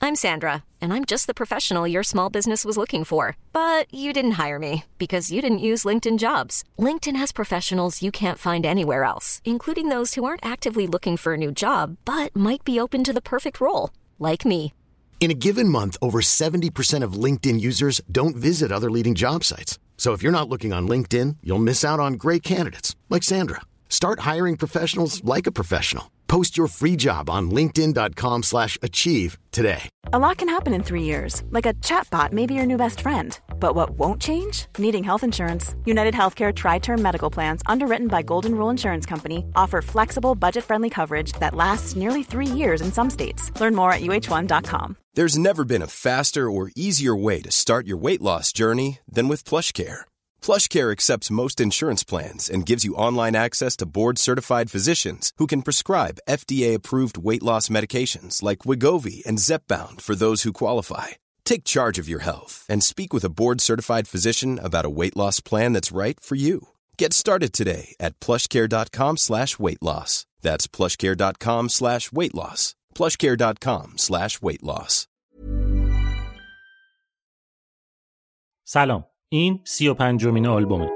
I'm Sandra, and I'm just the professional your small business was looking for. But you didn't hire me because you didn't use LinkedIn Jobs. LinkedIn has professionals you can't find anywhere else, including those who aren't actively looking for a new job, but might be open to the perfect role, like me. In a given month, over 70% of LinkedIn users don't visit other leading job sites. So if you're not looking on LinkedIn, you'll miss out on great candidates like Sandra. Start hiring professionals like a professional. Post your free job on linkedin.com/achieve today. A lot can happen in 3 years, like a chatbot may be your new best friend. But what won't change? Needing health insurance. United Healthcare Tri-Term Medical Plans, underwritten by Golden Rule Insurance Company, offer flexible, budget-friendly coverage that lasts nearly 3 years in some states. Learn more at uh1.com. There's never been a faster or easier way to start your weight loss journey than with PlushCare. PlushCare accepts most insurance plans and gives you online access to board-certified physicians who can prescribe FDA-approved weight loss medications like Wegovy and Zepbound for those who qualify. Take charge of your health and speak with a board-certified physician about a weight loss plan that's right for you. Get started today at plushcare.com/weightloss. That's plushcare.com/weightloss. plushcare.com/weightloss. سلام. این 35مین آلبومه.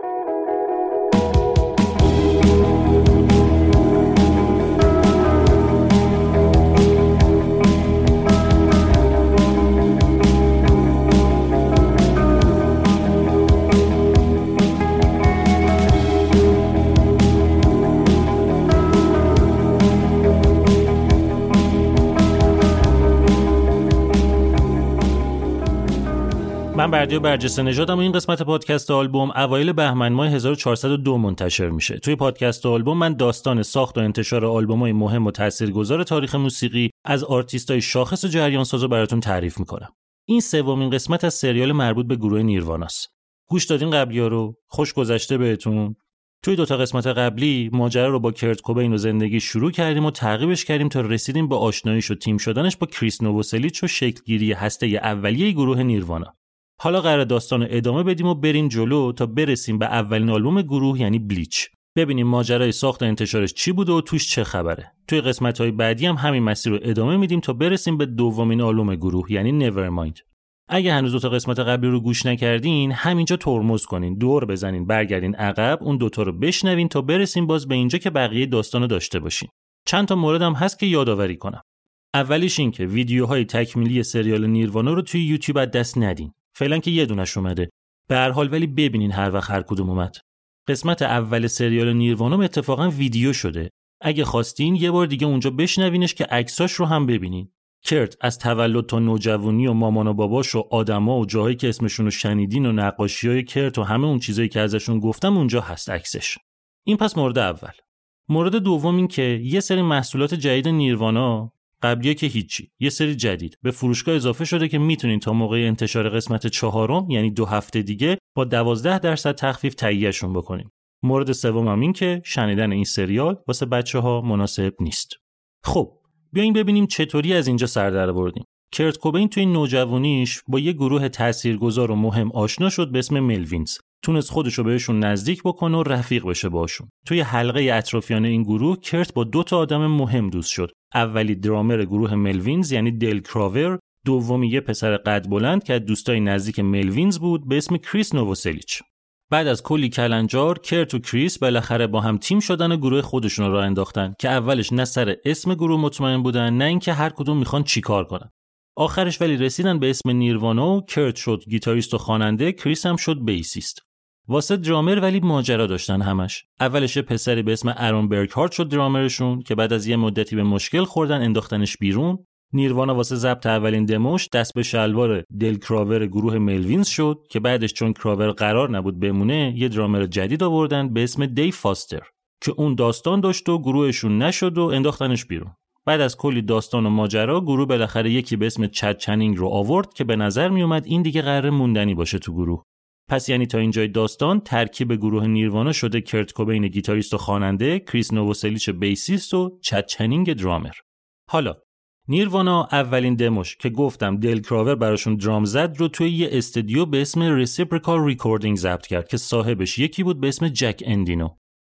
من بردیا برجسته نژادم و این قسمت پادکست آلبوم اوایل بهمن ماه 1402 منتشر میشه. توی پادکست آلبوم من داستان ساخت و انتشار آلبوم‌های مهم و تاثیرگذار تاریخ موسیقی از آرتیستای شاخص و جریان‌سازا براتون تعریف میکنم. این سومین قسمت از سریال مربوط به گروه نیرواناست. گوش دادین قبلی‌ها رو؟ خوش گذشته بهتون؟ توی 2 قسمت قبلی ماجرا رو با کرت کوبین و زندگی شروع کردیم و تعقیبش کردیم تا رسیدیم به آشناییش و تیم شدنش با کریس نووسلیچ و شکلگیری هسته اولیه گروه نیروانا. حالا قرار داستان رو ادامه بدیم و بریم جلو تا برسیم به اولین آلبوم گروه یعنی بلیچ. ببینیم ماجرای ساخت و انتشارش چی بوده و توش چه خبره. توی قسمت‌های بعدی هم همین مسیر رو ادامه میدیم تا برسیم به دومین آلبوم گروه یعنی نورمایند. اگه هنوز 2 قسمت قبلی رو گوش نکردین، همینجا ترمز کنین، دور بزنین، برگردین عقب، اون 2 رو بشنوین تا برسیم باز به اینجا که بقیه داستانو داشته باشین. چند تا موردم هست که یادآوری کنم. اولیش این که ویدیوهای تکمیلی سریال نیروانا رو توی یوتیوب از دست ندین. فعلا که یه دونش اومده. به هر حال ولی ببینین هر وقت هر کدوم اومد. قسمت اول سریال نیروانا اتفاقا ویدیو شده. اگه خواستین یه بار دیگه اونجا بشنوینش که عکساش رو هم ببینین. کرت از تولد تا نوجوانی و مامان و باباش و آدما و جاهایی که اسمشون رو شنیدین و نقاشی‌های کرت و همه اون چیزایی که ازشون گفتم اونجا هست عکسش. این پس مورد اول. مورد دوم این که یه سری محصولات جدید نیروانا قبلیه که هیچی، یه سری جدید به فروشگاه اضافه شده که میتونین تا موقع انتشار قسمت 4 یعنی 2 هفته دیگه با 12% تخفیف تهیه‌شون بکنین. مورد سوم هم این که شنیدن این سریال واسه بچه‌ها مناسب نیست. خب بیاین ببینیم چطوری از اینجا سر در آوردیم. کرت کوبین توی نوجوانیش با یه گروه تاثیرگذار و مهم آشنا شد به اسم ملوینز. تونست خودشو بهشون نزدیک بکنه و رفیق بشه باشون. توی حلقه اطرافیان این گروه کرت با 2 آدم مهم دوست شد. اولی درامر گروه ملوینز یعنی دل کراور، دومی یه پسر قد بلند که از دوستای نزدیک ملوینز بود به اسم کریس نووسلیچ. بعد از کلی کلنجار کرت و کریس بالاخره با هم تیم شدن و گروه خودشون رو راه انداختن که اولش نه سر اسم گروه مطمئن بودن نه اینکه هر کدوم میخوان چیکار کنن. آخرش ولی رسیدن به اسم نیروانا و کرت شد گیتاریست و خواننده، کریس هم شد بیسیست. واسه درامر ولی ماجرا داشتن همش. اولش پسری به اسم آرون برکهارت شد درامرشون که بعد از یه مدتی به مشکل خوردن انداختنش بیرون. نیروانا واسه ضبط اولین دموش دست به شلوار دل کراور گروه ملوینز شد که بعدش چون کراور قرار نبود بمونه یه درامر جدید آوردن به اسم دیو فاستر که اون داستان داشت و گروهشون نشد و انداختنش بیرون. بعد از کلی داستان و ماجرا گروه بالاخره یکی به اسم چد چنینگ رو آورد که به نظر می اومد این دیگه قراره موندنی باشه تو گروه. پس یعنی تا اینجای داستان ترکیب گروه نیروانا شده کرت کوبین گیتاریست و خواننده، کریس نووسلیچ بیسیست و چد چنینگ درامر. حالا نیروانا اولین دموش که گفتم دل کراور براشون درام زد رو توی یه استودیو به اسم ریسیپریکال ریکوردینگ ضبط کرد که صاحبش یکی بود به اسم جک اندینو.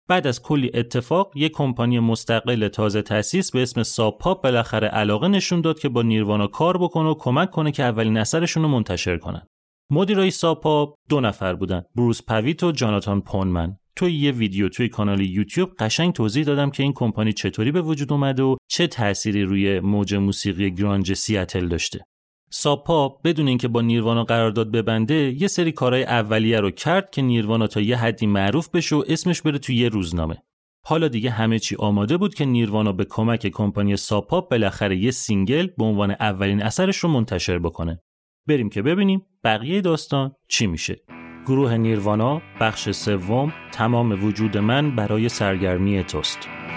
بعد از کلی اتفاق یک کمپانی مستقل تازه تأسیس به اسم ساب پاپ بالاخره علاقه نشون داد که با نیروانا کار بکنه و کمک کنه که اولین اثرشون رو منتشر کنن. مدیرای ساب پاپ 2 نفر بودن، بروس پویت و جاناتان پونمن. توی یه ویدیو توی کانال یوتیوب قشنگ توضیح دادم که این کمپانی چطوری به وجود اومده و چه تأثیری روی موج موسیقی گرانج سیاتل داشته. ساب پاپ بدون اینکه با نیروانا قرارداد ببنده یه سری کارهای اولیه رو کرد که نیروانا تا یه حدی معروف بشه و اسمش بره توی یه روزنامه. حالا دیگه همه چی آماده بود که نیروانا به کمک کمپانی ساب پاپ بالاخره یه سینگل به عنوان اولین اثرش رو منتشر بکنه. بریم که ببینیم بقیه داستان چی میشه. گروه نیروانا، بخش 3، تمام وجود من برای سرگرمی توست.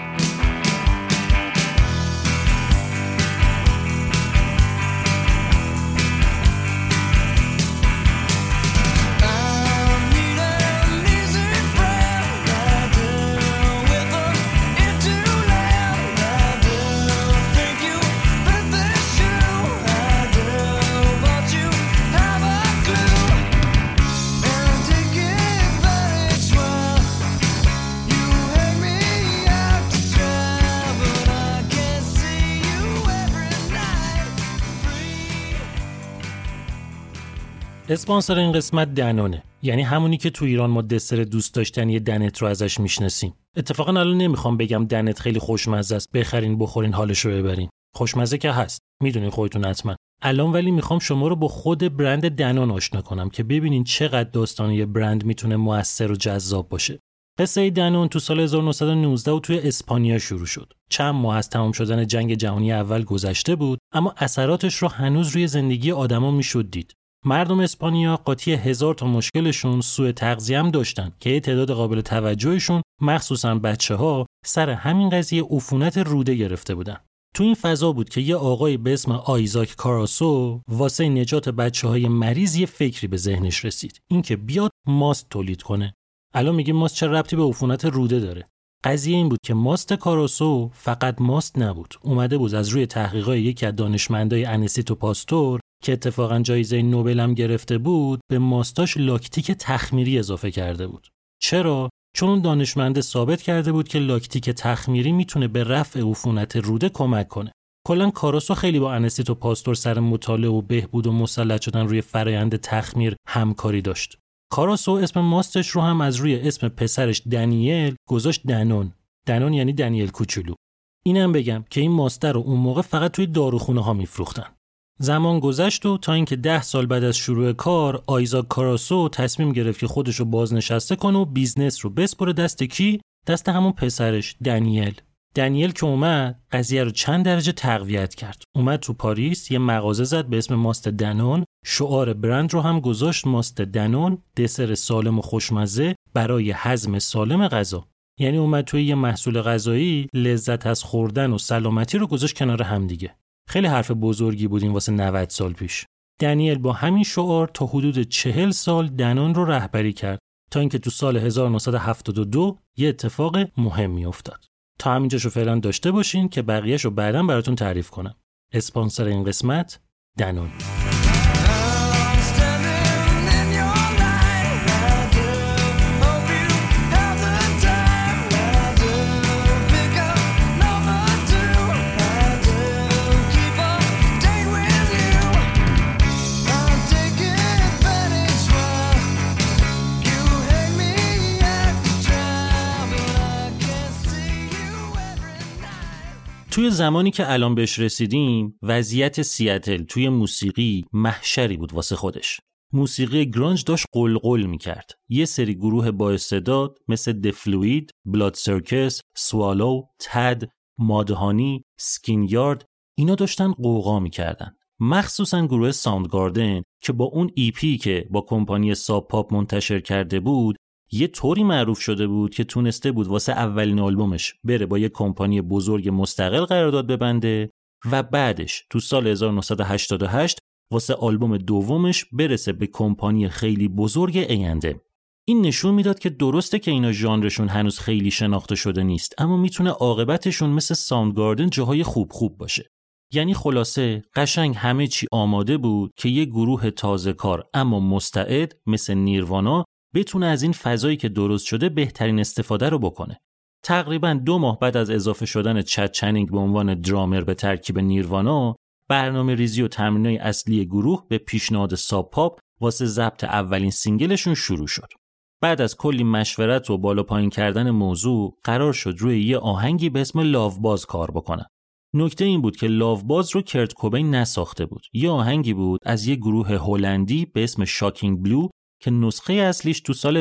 اسپانسر این قسمت دنونه، یعنی همونی که تو ایران ما دسر دوست داشتنی دنت رو ازش میشناسیم. اتفاقا الان نمیخوام بگم دنت خیلی خوشمزه است، بخرین بخورین حالشو ببرین. خوشمزه که هست، میدونین خودتون حتما. الان ولی میخوام شما رو با خود برند دنون آشنا کنم که ببینین چقدر داستان یه برند میتونه مؤثر و جذاب باشه. قصه دنون تو سال 1919 و توی اسپانیا شروع شد. چند ماه از تمام شدن جنگ جهانی اول گذشته بود، اما اثراتش رو هنوز روی زندگی آدما میشد دید. مردم اسپانیا قاطی 1000 تا مشکلشون سوء تغذیه هم داشتن که یه تعداد قابل توجهشون مخصوصا بچه‌ها سر همین قضیه عفونت روده گرفته بودن. تو این فضا بود که یه آقایی به اسم آیزاک کاراسو واسه نجات بچه‌های مریض یه فکری به ذهنش رسید، اینکه بیاد ماست تولید کنه. الان میگیم ماست چه ربطی به عفونت روده داره؟ قضیه این بود که ماست کاراسو فقط ماست نبود. اومده بود از روی تحقیقات یکی از دانشمندای انستیتو پاستور که اتفاقاً جایزه نوبل هم گرفته بود، به ماستاش لاکتیک تخمیری اضافه کرده بود. چرا؟ چون اون دانشمنده ثابت کرده بود که لاکتیک تخمیری میتونه به رفع عفونت روده کمک کنه. کلاً کاراسو خیلی با انستیتو پاستور سر مطالعه و بهبود و مسلط شدن روی فرآیند تخمیر همکاری داشت. کاراسو اسم ماستش رو هم از روی اسم پسرش دنیل گذاشت دنون. دنون یعنی دنیل کوچولو. اینم بگم که این ماست رو اون موقع فقط توی داروخونه ها میفروختن. زمان گذشت و تا اینکه 10 سال بعد از شروع کار آیزاک کاراسو تصمیم گرفت که خودش رو بازنشسته کنه و بیزنس رو بسپره دست کی؟ دست همون پسرش دنیل که اومد قضیه رو چند درجه تقویت کرد. اومد تو پاریس یه مغازه زد به اسم ماست دنون، شعار برند رو هم گذاشت ماست دنون، دسر سالم و خوشمزه برای هضم سالم غذا. یعنی اومد توی یه محصول غذایی لذت از خوردن و سلامتی رو گذاشت کنار هم دیگه. خیلی حرف بزرگی بود این واسه 90 سال پیش. دنیل با همین شعار تا حدود 40 سال دنون رو رهبری کرد تا اینکه تو سال 1972 یه اتفاق مهمی افتاد. تا همینجاشو فعلا داشته باشین که بقیه‌شو بعداً براتون تعریف کنم. اسپانسر این قسمت دنون. توی زمانی که الان بهش رسیدیم، وضعیت سیاتل توی موسیقی محشری بود واسه خودش. موسیقی گرانج داشت قلقل میکرد. یه سری گروه با استعداد مثل دفلوید، بلاد سرکس، سوالو، تد، مادهانی، سکین یارد اینا داشتن قوقا میکردن. مخصوصا گروه ساوندگاردن که با اون ایپی که با کمپانی ساب پاپ منتشر کرده بود یه طوری معروف شده بود که تونسته بود واسه اولین آلبومش بره با یه کمپانی بزرگ مستقل قرارداد ببنده و بعدش تو سال 1988 واسه آلبوم دومش برسه به کمپانی خیلی بزرگ A&M. این نشون میداد که درسته که اینا ژانرشون هنوز خیلی شناخته شده نیست، اما میتونه عاقبتشون مثل ساوندگاردن جاهای خوب باشه. یعنی خلاصه قشنگ همه چی آماده بود که یه گروه تازه کار اما مستعد مثل نیروانا بتونه از این فضایی که درست شده بهترین استفاده رو بکنه. تقریباً 2 ماه بعد از اضافه شدن چد چنینگ به عنوان درامر به ترکیب نیروانا، برنامه ریزی و تمرینای اصلی گروه به پیشنهاد ساب پاپ واسه ضبط اولین سینگلشون شروع شد. بعد از کلی مشورت و بالا پایین کردن موضوع، قرار شد روی یه آهنگی به اسم لاو باز کار بکنن. نکته این بود که لاو باز رو کرت کوبین نساخته بود. یه آهنگی بود از یه گروه هلندی به اسم شاکینگ بلو که نسخه اصلیش تو سال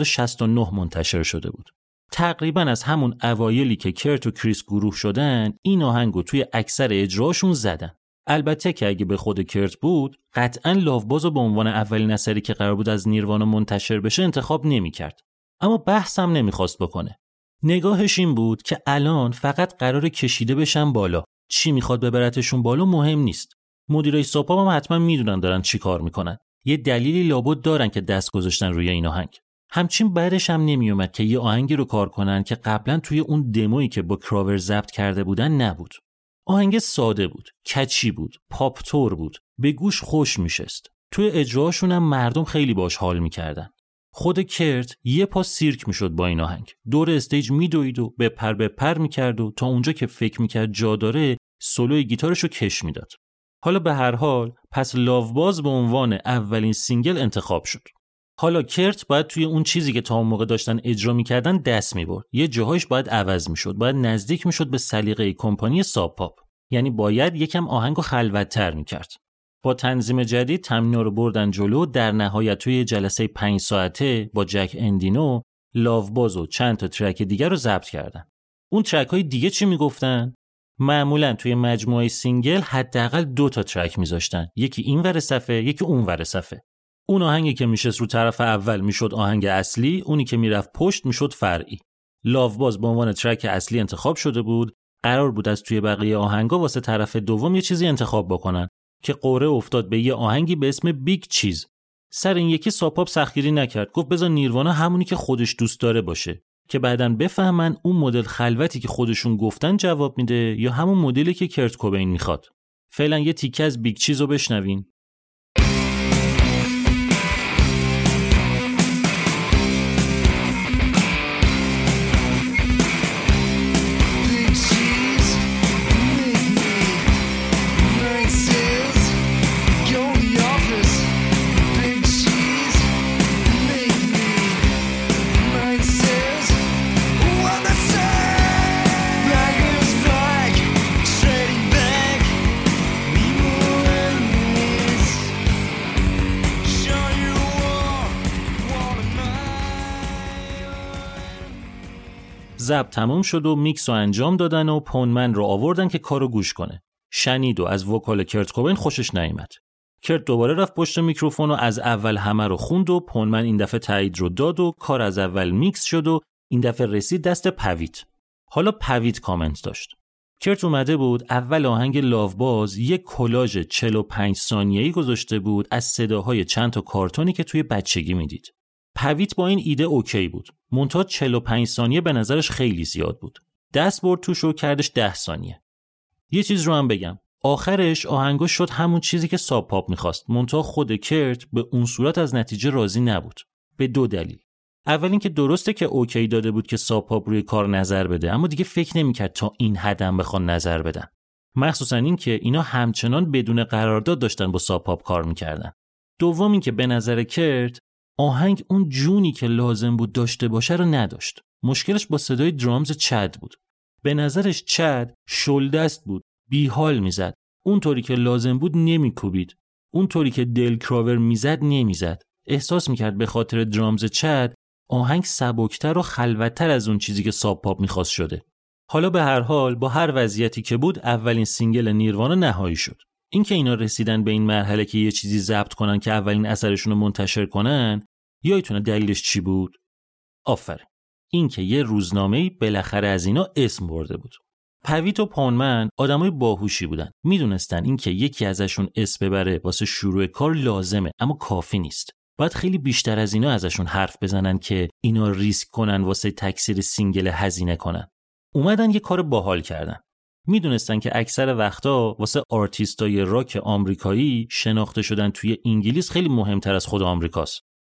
1969 منتشر شده بود. تقریباً از همون اوایلی که کرت و کریس گروه شدن، این آهنگو توی اکثر اجراشون زدن. البته که اگه به خود کرت بود، قطعاً لاو باز رو به عنوان اولین اثری که قرار بود از نیروانا منتشر بشه انتخاب نمی‌کرد. اما بحثم نمی‌خواست بکنه. نگاهش این بود که الان فقط قراره کشیده بشن بالا. چی میخواد ببرتشون بالا مهم نیست. مدیرای ساپا هم حتما میدونن دارن چی کار میکنن. یه دلیلی لابد دارن که دست گذاشتن روی این آهنگ. همچین بعدش هم نمیومد که یه آهنگی رو کار کنن که قبلا توی اون دمویی که با کراور ضبط کرده بودن نبود. آهنگ ساده بود، کچی بود، پاپ تور بود، به گوش خوش میشست. توی اجراهاشون هم مردم خیلی باش حال میکردن. خود کرت یه پا سیرک میشد با این آهنگ. دور استیج میدوید و به پر میکرد و تا اونجا که فکر میکرد جا داره سولوی گیتارشو کش میداد. حالا به هر حال پس لاو باز به عنوان اولین سینگل انتخاب شد. حالا کرت باید توی اون چیزی که تا اون موقع داشتن اجرا میکردن دست میبرد. یه جاهایش باید عوض میشد، باید نزدیک میشد به سلیقه کمپانی ساب پاپ. یعنی باید یکم آهنگو خلوت‌تر میکرد. با تنظیم جدید تمرین‌ها رو بردن جلو. در نهایت توی جلسه 5 ساعته با جک اندینو، لاو باز و چند تا ترک دیگر رو ضبط کردن. اون ترک‌های دیگه چی میگفتن؟ معمولاً توی مجموعه سینگل حداقل 2 تا ترک میذاشتن. یکی این ور صفحه، یکی اون ور صفحه. اون آهنگی که میشست رو طرف اول میشد آهنگ اصلی، اونی که میرفت پشت میشد فرعی. لاو باز به عنوان ترک اصلی انتخاب شده بود. قرار بود از توی بقیه آهنگا واسه طرف دوم یه چیزی انتخاب بکنن که قرعه افتاد به یه آهنگی به اسم بیگ چیز. سر این یکی ساب پاپ سختگیری نکرد، گفت بذار نیروانا همونی که خودش دوست داره باشه که بعدن بفهمن اون مدل خلوتی که خودشون گفتن جواب میده یا همون مدلی که کرت کوبین میخواد. فعلا یه تیکه از بیگ چیز رو بشنوین. ضبط تموم شد و میکس رو انجام دادن و پونمن رو آوردن که کارو گوش کنه. شنید و از وکال کرت کوبین خوشش نیامد. کرت دوباره رفت پشت میکروفون و از اول همه رو خوند و پونمن این دفعه تایید رو داد و کار از اول میکس شد و این دفعه رسید دست پویت. حالا پویت کامنت داشت. کرت اومده بود اول آهنگ لاو باز یک کلاژ 45 ثانیه‌ای گذاشته بود از صداهای چند تا کارتونی که توی بچگی میدید. پویت با این ایده اوکی بود. منتها 45 ثانیه به نظرش خیلی زیاد بود. دست برد توش و کردش 10 ثانیه. یه چیز رو هم بگم. آخرش آهنگا شد همون چیزی که ساب پاپ میخواست. منتها خود کرت به اون صورت از نتیجه راضی نبود. به 2 دلیل. اول اینکه درسته که اوکی داده بود که ساب پاپ روی کار نظر بده، اما دیگه فکر نمیکرد تا این حدم بخوان نظر بدن. مخصوصا اینکه اینا همچنان بدون قرارداد داشتن با ساب پاپ کار میکردن. دوم اینکه به نظر کرت آهنگ اون جونی که لازم بود داشته باشه رو نداشت. مشکلش با صدای درامز چد بود. به نظرش چد شلدست بود، بیحال میزد. اونطوری که لازم بود نمیکوبید. اونطوری که دل کراور میزد نمیزد. احساس میکرد به خاطر درامز چد آهنگ سبکتر و خلوت‌تر از اون چیزی که ساب پاپ میخواست شده. حالا به هر حال با هر وضعیتی که بود اولین سینگل نیروانا نهایی شد. اینکه اینا رسیدن به این مرحله که یه چیزی ضبط کنن که اولین اثرشون رو منتشر کنن، یادتونه دلیلش چی بود؟ آفرین. اینکه یه روزنامه‌ای بالاخره از اینا اسم برده بود. پویت و پونمن آدمای باهوشی بودن. میدونستن اینکه یکی ازشون اسم ببره واسه شروع کار لازمه، اما کافی نیست. باید خیلی بیشتر از اینا ازشون حرف بزنن که اینا ریسک کنن واسه تکثیر سینگل هزینه کنن. اومدن یه کار باحال کردن. میدونستن که اکثر وقتا واسه آرتیستای راک آمریکایی شناخته شدن توی انگلیس خیلی مهمتر از خود آمریکاست.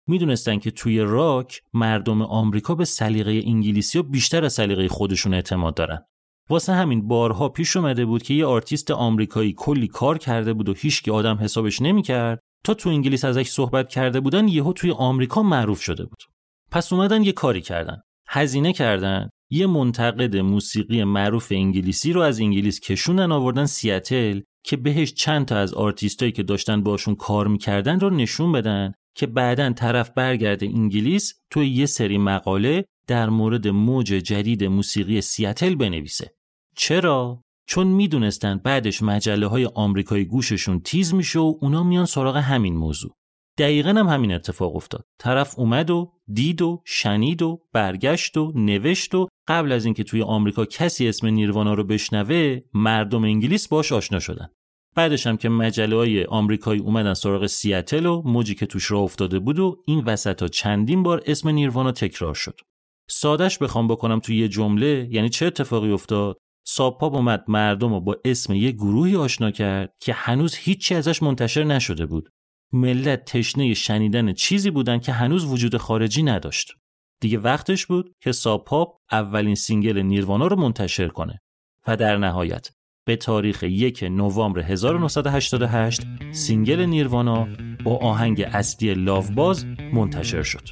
میدونستن که توی راک مردم آمریکا به سلیقه انگلیسی ها بیشتر از سلیقه خودشون اعتماد دارن. واسه همین بارها پیش اومده بود که یه آرتیست آمریکایی کلی کار کرده بود و هیچکی آدم حسابش نمی‌کرد، تا تو انگلیس ازش صحبت کرده بودن یهو توی آمریکا معروف شده بود. پس اومدن یه کاری کردن. هزینه کردن، یه منتقد موسیقی معروف انگلیسی رو از انگلیس کشوندن آوردن سیاتل که بهش چند تا از آرتیستایی که داشتن باشون کار می‌کردن رو نشون بدن که بعداً طرف برگرده انگلیس توی یه سری مقاله در مورد موج جدید موسیقی سیاتل بنویسه. چرا؟ چون میدونستن بعدش مجله‌های آمریکایی گوششون تیز میشه و اونا میان سراغ همین موضوع. دقیقاً هم همین اتفاق افتاد. طرف اومد و دید و شنید و برگشت و نوشت و قبل از اینکه توی آمریکا کسی اسم نیروانا رو بشنوه، مردم انگلیس باش آشنا شدن. بعدش هم که مجله‌های آمریکایی اومدن سراغ سیاتل و موجی که توش راه افتاده بود و این وسطا چندین بار اسم نیروانا تکرار شد. سادهش بخوام بکنم توی یه جمله، یعنی چه اتفاقی افتاد؟ ساب پاپ اومد مردم رو با اسم یه گروهی آشنا کرد که هنوز هیچی ازش منتشر نشده بود. ملت تشنه شنیدن چیزی بودن که هنوز وجود خارجی نداشت. دیگه وقتش بود که ساب پاپ اولین سینگل نیروانا رو منتشر کنه و در نهایت به تاریخ 1 نوامبر 1988 سینگل نیروانا با آهنگ اصلی لاو باز منتشر شد.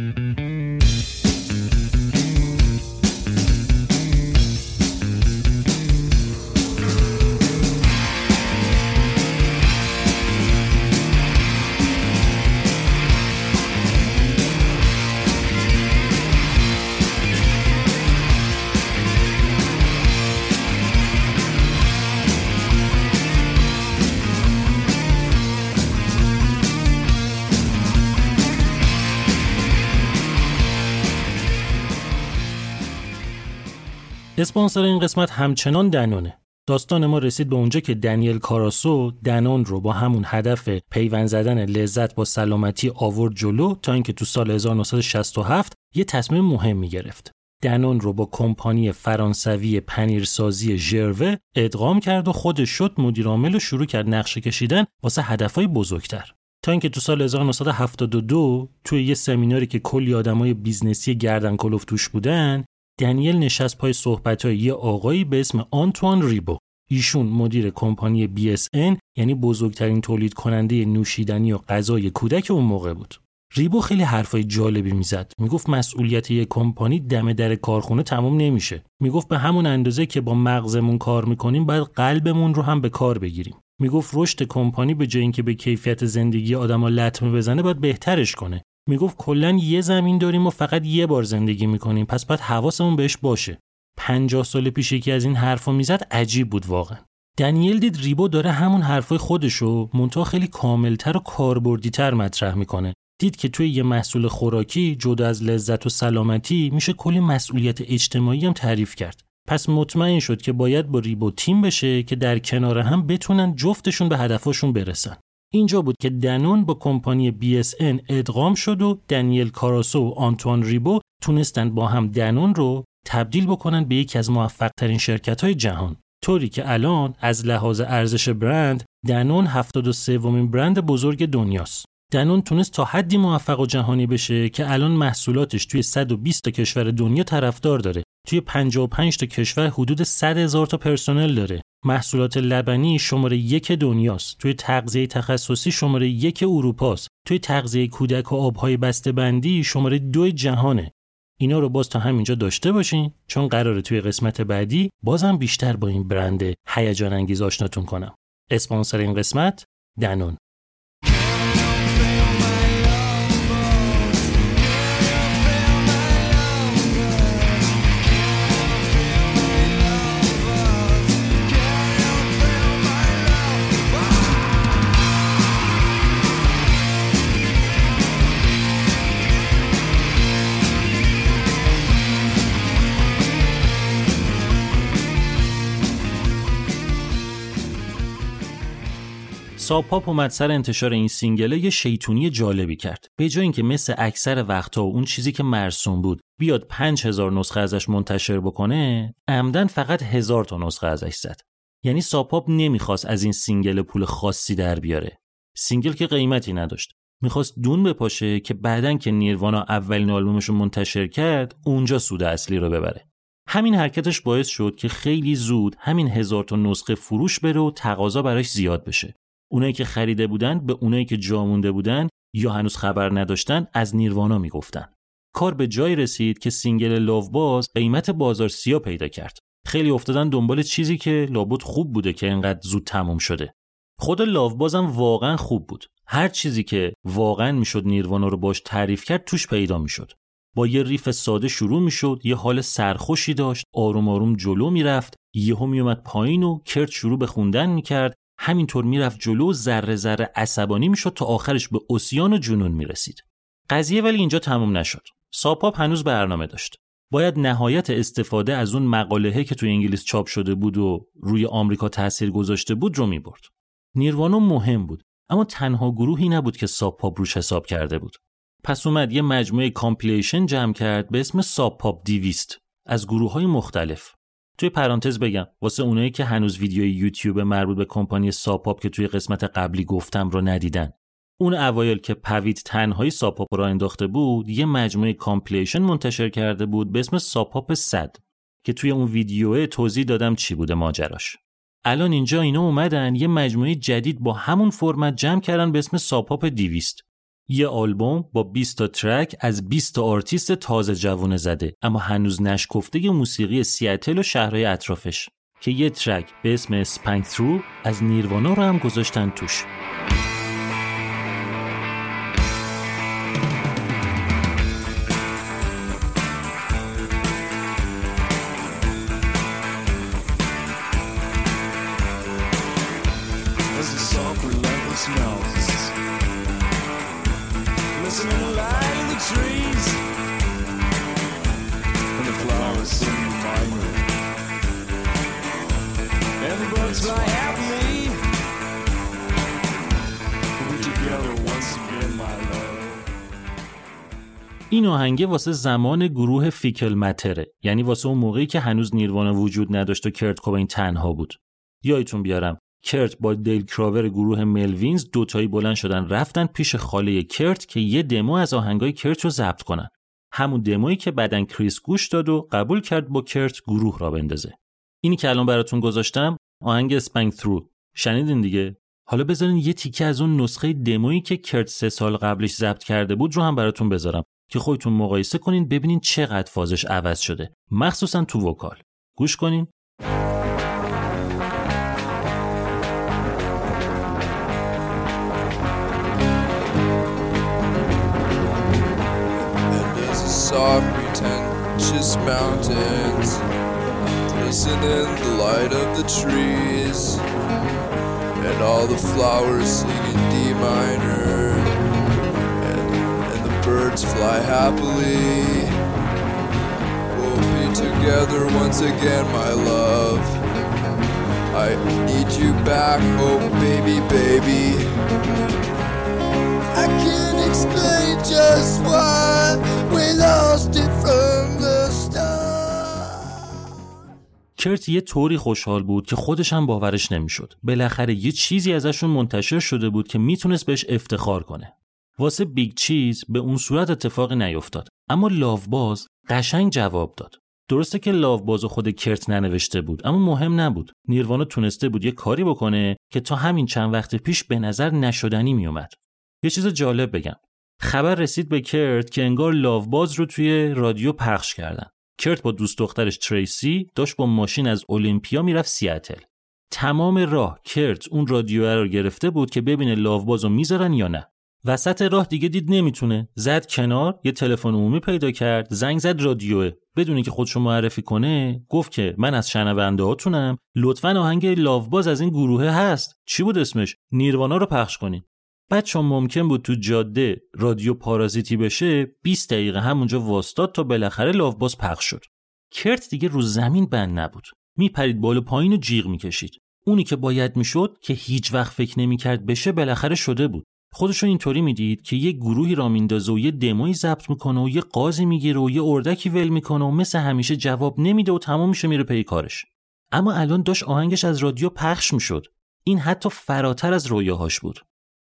اسپانسر این قسمت همچنان دنونه. داستان ما رسید به اونجا که دنیل کاراسو دنون رو با همون هدف پیوند زدن لذت با سلامتی آورد جلو تا اینکه تو سال 1967 یه تصمیم مهمی گرفت. دنون رو با کمپانی فرانسوی پنیرسازی ژروه ادغام کرد و خودش شد مدیر عامل و شروع کرد نقشه کشیدن واسه هدفهای بزرگتر. تا اینکه تو سال 1972 توی یه سمیناری که کلی آدمای بیزنسی گردن کلوف توش بودن، دنیل نشست پای صحبت‌های یه آقایی به اسم آنتوان ریبو. ایشون مدیر کمپانی BSN، یعنی بزرگترین تولید کننده نوشیدنی و غذای کودک اون موقع بود. ریبو خیلی حرفای جالبی میزد. میگفت مسئولیت یک کمپانی دم در کارخونه تموم نمیشه. میگفت به همون اندازه که با مغزمون کار میکنیم باید قلبمون رو هم به کار بگیریم. میگفت رشد کمپانی به جای اینکه به کیفیت زندگی آدما لطمه بزنه باید بهترش کنه. میگفت کلاً یه زمین داریم و فقط یه بار زندگی میکنیم، پس باید حواسمون بهش باشه. 50 سال پیش یکی از این حرفا میزد، عجیب بود واقعا. دنیل دید ریبو داره همون حرفای خودشو منتها خیلی کاملتر و کاربردی‌تر مطرح میکنه. دید که توی یه محصول خوراکی جدا از لذت و سلامتی میشه کلی مسئولیت اجتماعی هم تعریف کرد. پس مطمئن شد که باید با ریبو تیم بشه که در کنار هم بتونن جفتشون به هدفشون برسن. اینجا بود که دنون با کمپانی BSN ادغام شد و دنیل کاراسو و آنتوان ریبو تونستن با هم دنون رو تبدیل بکنن به یکی از موفق‌ترین شرکت‌های جهان. طوری که الان از لحاظ ارزش برند دنون 73مین برند بزرگ دنیاست. دنون تونست تا حدی موفق و جهانی بشه که الان محصولاتش توی 120 تا کشور دنیا طرفدار داره. توی 55 تا کشور حدود 100,000 تا پرسنل داره. محصولات لبنی شماره 1 دنیاست. توی تغذیه تخصصی شماره 1 اروپاست. توی تغذیه کودک و آبهای بسته‌بندی شماره 2 جهانه. اینا رو باز تا همینجا داشته باشین چون قراره توی قسمت بعدی بازم بیشتر با این برند هیجان انگیز آشناتون کنم. اسپانسر این قسمت دنون. ساب پاپ اومد سر انتشار این سینگله یه شیطونی جالبی کرد. به جای اینکه مثل اکثر وقتا و اون چیزی که مرسوم بود بیاد 5000 نسخه ازش منتشر بکنه، عمدن فقط 1000 تا نسخه ازش زد. یعنی ساب پاپ نمیخواست از این سینگل پول خاصی در بیاره. سینگل که قیمتی نداشت. میخواست دون بپاشه که بعدن که نیروانا اولین آلبومش رو منتشر کرد اونجا سود اصلی رو ببره. همین حرکتش باعث شد که خیلی زود همین 1000 تا نسخه فروش بره و تقاضا براش زیاد بشه. اونایی که خریده بودن به اونایی که جا مونده بودن یا هنوز خبر نداشتن از نیروانا میگفتن. کار به جای رسید که سینگل لاو باز قیمت بازار سیا پیدا کرد. خیلی افتادن دنبال چیزی که لابد خوب بوده که اینقدر زود تموم شده. خود لاو بازم واقعا خوب بود. هر چیزی که واقعا میشد نیروانا رو باش تعریف کرد توش پیدا میشد. با یه ریف ساده شروع میشد، یه حال سرخوشی داشت، آروم آروم جلو میرفت، یهو میومد پایین و کرت شروع به خوندن میکرد، همینطور میرفت جلو، ذره ذره عصبانی میشد تا آخرش به اوسیان و جنون میرسید. قضیه ولی اینجا تموم نشد. ساب پاپ هنوز برنامه داشت. باید نهایت استفاده از اون مقاله‌ای که توی انگلیس چاپ شده بود و روی آمریکا تاثیر گذاشته بود رو میبرد. نیروانا مهم بود، اما تنها گروهی نبود که ساب پاپ روش حساب کرده بود. پس اومد یه مجموعه کامپیلیشن جمع کرد به اسم ساب پاپ 200 از گروه‌های مختلف. توی پرانتز بگم واسه اونایی که هنوز ویدیوی یوتیوب مربوط به کمپانی ساب پاپ که توی قسمت قبلی گفتم رو ندیدن، اون اوایل که پوید تنهایی ساب پاپ رو انداخته بود یه مجموعه کامپیلیشن منتشر کرده بود به اسم ساب پاپ 100 که توی اون ویدیوه توضیح دادم چی بوده ماجراش. الان اینجا اینا اومدن یه مجموعه جدید با همون فرمت جمع کردن به اسم ساب پاپ 200. یه آلبوم با 20 تا ترک از 20 تا آرتیست تازه جوونه زده اما هنوز نشکفته ی موسیقی سیاتل و شهرهای اطرافش که یه ترک به اسم اسپنگ ترو از نیروانا رو هم گذاشتن توش. این آهنگه واسه زمان گروه فیکل متره، یعنی واسه اون موقعی که هنوز نیروانا وجود نداشت و کرت کوبین تنها بود. یادتون بیارم کرت با دیل کراور گروه ملوینز دوتایی بلند شدن رفتن پیش خاله کرت که یه دمو از آهنگای کرت رو ضبط کنن. همون دمویی که بعدن کریس گوش داد و قبول کرد با کرت گروه را بندازه. اینی که الان براتون گذاشتم آهنگ اسپنگ ترو. شنیدین دیگه؟ حالا بذارین یه تیکه از اون نسخه دمویی که کرت 3 سال قبلش ضبط کرده بود رو هم براتون بذارم که خودتون مقایسه کنین ببینین چقدر فازش عوض شده، مخصوصا تو وکال. گوش کنین. Soft pretentious mountains glisten in the light of the trees, and all the flowers sing in D minor, and the birds fly happily. We'll be together once again, my love. I need you back, oh baby, baby. I can't explain just why we lost it from the start. کرت یه طوری خوشحال بود که خودش هم باورش نمیشد. بالاخره یه چیزی ازشون منتشر شده بود که میتونست بهش افتخار کنه. واسه بیگ چیز به اون صورت اتفاقی نیفتاد، اما لاو باز قشنگ جواب داد. درسته که لاو بازو خود کرت ننوشته بود، اما مهم نبود. نیروانا تونسته بود یه کاری بکنه که تا همین چند وقت پیش به نظر نشدنی میومد. یه چیز جالب بگم. خبر رسید به کرت که انگار لاو باز رو توی رادیو پخش کردن. کرت با دوست دخترش تریسی داشت با ماشین از اولمپیا میرفت سیاتل. تمام راه کرت اون رادیو رو گرفته بود که ببینه لاو بازو میذارن یا نه. وسط راه دیگه دید نمیتونه، زد کنار، یه تلفن عمومی پیدا کرد، زنگ زد رادیوه، بدون که خودشو معرفی کنه گفت که من از شنونده هاتونم، لطفاً آهنگ لاو باز از این گروه هست، چی بود اسمش، نیروانا رو پخش کنین. بعد چون ممکن بود تو جاده رادیو پارازیتی بشه 20 دقیقه همونجا واسطاد تا بالاخره لاو باز پخش شد. کرت دیگه رو زمین بند نبود، میپرید بالا پایین و جیغ میکشید. اونی که باید میشد که هیچ وقت فکر نمیکرد بشه بالاخره شده بود. خودشو اینطوری میدید که یه گروهی را میندازه و یه دمویی ضبط میکنه و یه قاضی میگیره و یه اردکی ول میکنه و مثل همیشه جواب نمیده و تمام میشه میره پی کارش. اما الان داشت آهنگش از رادیو پخش میشد. این حتی فراتر از رویاهاش بود.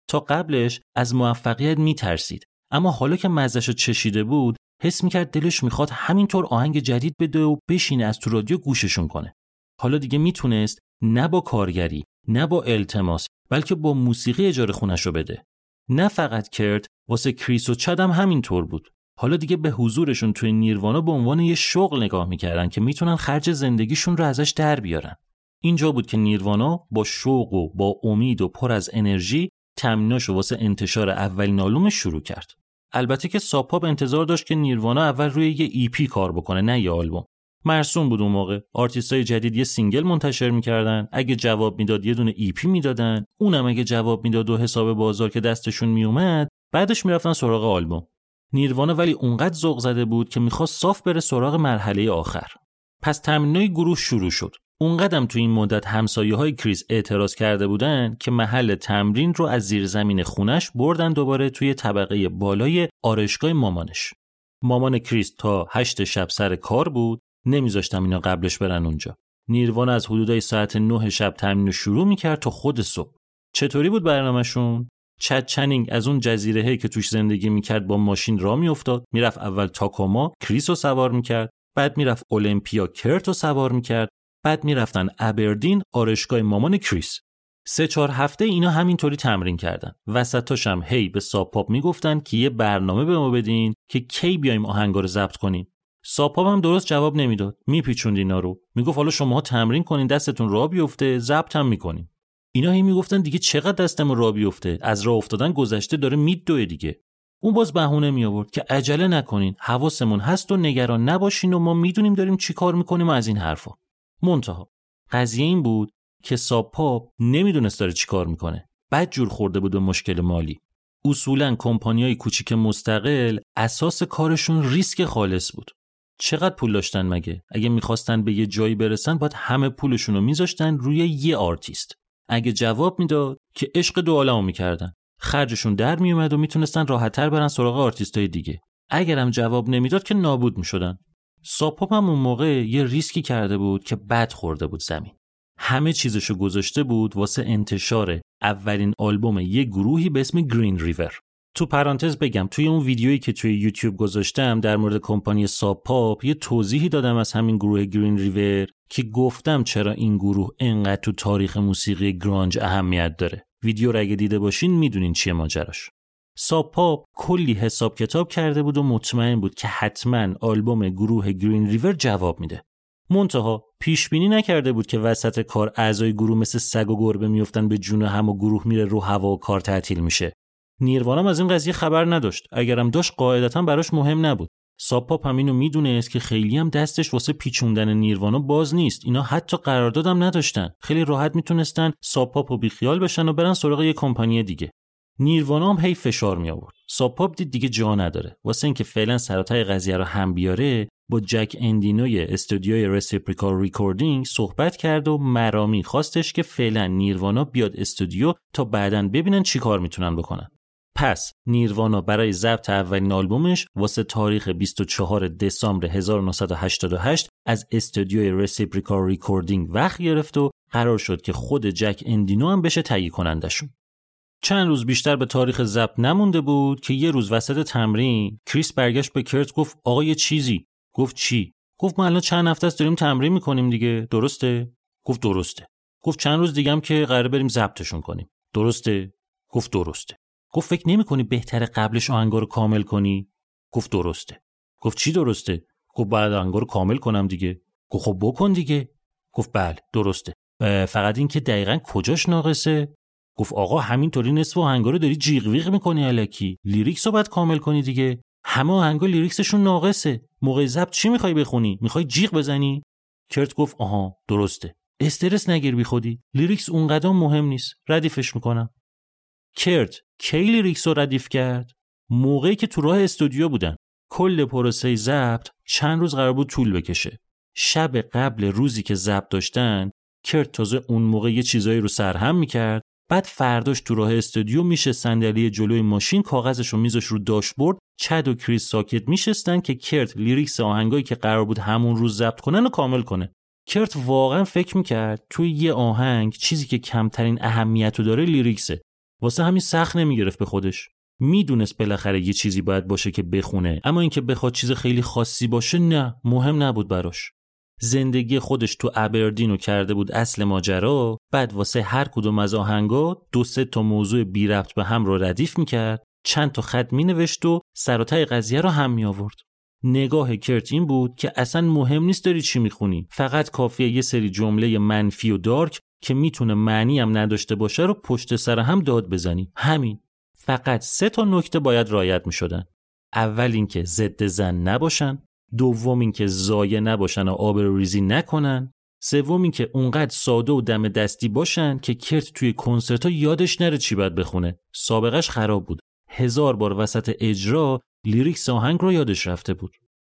تا قبلش از موفقیت میترسید، اما حالا که مزه‌شو چشیده بود حس میکرد دلش میخواد همینطور آهنگ جدید بده و بشینه از تو رادیو گوششون کنه. حالا دیگه میتونست نه با کارگری، نه با التماس، بلکه با موسیقی اجاره خونه‌شو بده. نه فقط کرت، واسه کریس و چد هم همینطور بود. حالا دیگه به حضورشون توی نیروانا به عنوان یه شغل نگاه میکردن که میتونن خرج زندگیشون رو ازش در بیارن. اینجا بود که نیروانا با شوق و با امید و پر از انرژی تمریناشو واسه انتشار اولین آلبومش شروع کرد. البته که ساب پاپ انتظار داشت که نیروانا اول روی یه ایپی کار بکنه، نه یه آلبوم. مرسوم بود اون موقع. آرتیستای جدید یه سینگل منتشر میکردن، اگه جواب میداد یه دونه ایپی میدادن، اونم اگه جواب میداد و حساب بازار که دستشون میومد بعدش میرفتن سراغ آلبوم. نیروانا ولی اونقدر ذوق زده بود که میخواست صاف بره سراغ مرحله آخر. پس تمرینای گروه شروع شد. اونقدرم تو این مدت همسایه‌های کریس اعتراض کرده بودن که محل تمرین رو از زیر زمین خونش بردن دوباره توی طبقه بالای آرایشگاه مامانش. مامان کریس تا 8 شب سر کار بود، نمیذاشتم اینا قبلش برن اونجا. نیروانا از حدودای ساعت 9 شب تمرین شروع میکرد تا خود صبح. چطوری بود برنامه‌شون؟ چد چنینگ از اون جزیره‌ای که توش زندگی میکرد با ماشین راه میافتاد، میرفت اول تاکوما کریس رو سوار میکرد، بعد میرفت اولمپیا کرت رو سوار میکرد، بعد میرفتن ابردین آرایشگاه مامان کریس. 3-4 هفته اینا همینطوری تمرین کردن. وسطاش هم هی به ساب پاپ میگفتن که یه برنامه به ما بدین که کی بیایم آهنگا رو ضبط کنیم. ساب پاپ هم درست جواب نمیداد، میپیچوند اینا رو. میگفت حالا شماها تمرین کنین دستتون راه بیفته، ضبط هم میکنیم. اینا هی میگفتن دیگه چقدر دستمون راه بیفته، از راه افتادن گذشته، داره میدوه دیگه. اون باز بهونه می آورد که عجله نکنین، حواسمون هست و نگران نباشین و ما میدونیم داریم چی کار میکنیم و از این حرفا. منتها قضیه این بود که ساب پاپ نمیدونست داره چی کار میکنه. بد جور خورده بود به مشکل مالی. اصولاً کمپانیای کوچیک مستقل اساس کارشون ریسک خالص بود. چقدر پول داشتن مگه؟ اگه میخواستن به یه جایی برسن باید همه پولشون رو میذاشتن روی یه آرتیست. اگه جواب میداد که عشق دو عالمو میکردن، خرجشون در میومد و میتونستن راحت‌تر برن سراغ آرتیستای دیگه. اگرم جواب نمیداد که نابود میشدن. ساب پاپ هم اون موقع یه ریسکی کرده بود که بد خورده بود زمین. همه چیزشو گذاشته بود واسه انتشار اولین آلبوم یه گروهی به اسم گرین ریور. تو پرانتز بگم توی اون ویدیویی که توی یوتیوب گذاشتم در مورد کمپانی ساب پاپ یه توضیحی دادم از همین گروه گرین ریور که گفتم چرا این گروه انقدر تو تاریخ موسیقی گرانج اهمیت داره. ویدیو رو اگه دیده باشین میدونین چیه ماجراش. ساب پاپ کلی حساب کتاب کرده بود و مطمئن بود که حتما آلبوم گروه گرین ریور جواب میده. منتها پیش بینی نکرده بود که وسط کار اعضای گروه مثل سگ و گربه میافتن به جون هم و گروه میره رو هوا و کار تعطیل میشه. نیروانا از این قضیه خبر نداشت. اگرم داشت قاعدتاً براش مهم نبود. ساب پاپ هم اینو میدونست که خیلی هم دستش واسه پیچوندن نیروانا باز نیست. اینا حتی قراردادم نداشتن. خیلی راحت میتونستن ساب پاپو بیخیال بشن و برن سراغ یه کمپانی دیگه. نیروانا هم هی فشار می آورد. ساب پاپ دید دیگه جا نداره. واسه اینکه فعلا سراتای قضیه رو هم بیاره، با جک اندینوی استودیوی رسیپریکال ریکوردینگ صحبت کرد و مرامی خواستش که فعلا نیروانا بیاد استودیو تا بعداً ببینن چی کار میتونن بکنن. پس نیروانا برای ضبط اولین آلبومش واسه تاریخ 24 دسامبر 1988 از استودیوی رسیپریکال ریکوردینگ وقت گرفت و قرار شد که خود جک اندینو هم بشه تهیه کنندشون. چند روز بیشتر به تاریخ ضبط نمونده بود که یه روز وسط تمرین کریس برگشت به کرت گفت آقا یه چیزی. گفت چی؟ گفت ما الان چند هفته است داریم تمرین میکنیم دیگه، درسته؟ گفت درسته. گفت چند روز دیگه هم که قراره بریم ضبطشون کنیم، درسته؟ گفت درسته. گفت فکر نمی‌کنی بهتره قبلش آهنگا رو کامل کنی؟ گفت درسته. گفت چی درسته؟ گفت بعد آهنگا رو کامل کنم دیگه. گفت خب بکن دیگه. گفت بله درسته. فقط این که دقیقاً کجاش ناقصه؟ گفت آقا همینطوری نصف آهنگا رو داری جیغ ویغ می‌کنی الکی. لیریکس رو باید کامل کنی دیگه. همه آهنگا لیریکسشون ناقصه. موقع ضبط چی می‌خوای بخونی؟ می‌خوای جیغ بزنی؟ کرت گفت آها درسته. استرس نگیر بی خودی. لیریکس اونقدر مهم نیست. ردیفش می‌کنم. کرت کی لیریکس رو ردیف کرد؟ موقعی که تو راه استودیو بودن. کل پروسه ضبط چند روز قرار بود طول بکشه. شب قبل روزی که ضبط داشتن کرت تازه اون موقع یه چیزایی رو سرهم میکرد. بعد فرداش تو راه استودیو میشه صندلی جلوی ماشین کاغذش رو میذاش رو داشبورد. چد و کریس ساکت میشستن که کرت لیریکس آهنگایی که قرار بود همون روز ضبط کنن رو کامل کنه. کرت واقعا فکر میکرد توی یه آهنگ چیزی که کمترین اهمیت رو داره لیریکسه. واسه همین سخت نمیگرفت به خودش. میدونست بالاخره یه چیزی باید باشه که بخونه، اما اینکه بخواد چیز خیلی خاصی باشه نه، مهم نبود براش. زندگی خودش تو ابردینو کرده بود اصل ماجرا، بعد واسه هر کدوم از آهنگا 2-3 تا موضوع بی ربط به هم رو ردیف میکرد، چند تا خط مینوشت و سر و ته قضیه رو هم میآورد. نگاه کرت این بود که اصلا مهم نیست داری چی میخونی، فقط کافیه یه سری جمله منفی و دارک که میتونه معنی هم نداشته باشه رو پشت سر هم داد بزنی. همین. فقط 3 تا نکته باید رعایت میشدن. اول اینکه ضد زن نباشن، دوم اینکه ضایع نباشن و آبروریزی نکنن، سوم اینکه اونقدر ساده و دم دستی باشن که کرت توی کنسرت‌ها یادش نره چی باید بخونه. سابقش خراب بود. 1000 بار وسط اجرا لیریکس آهنگ رو یادش رفته بود.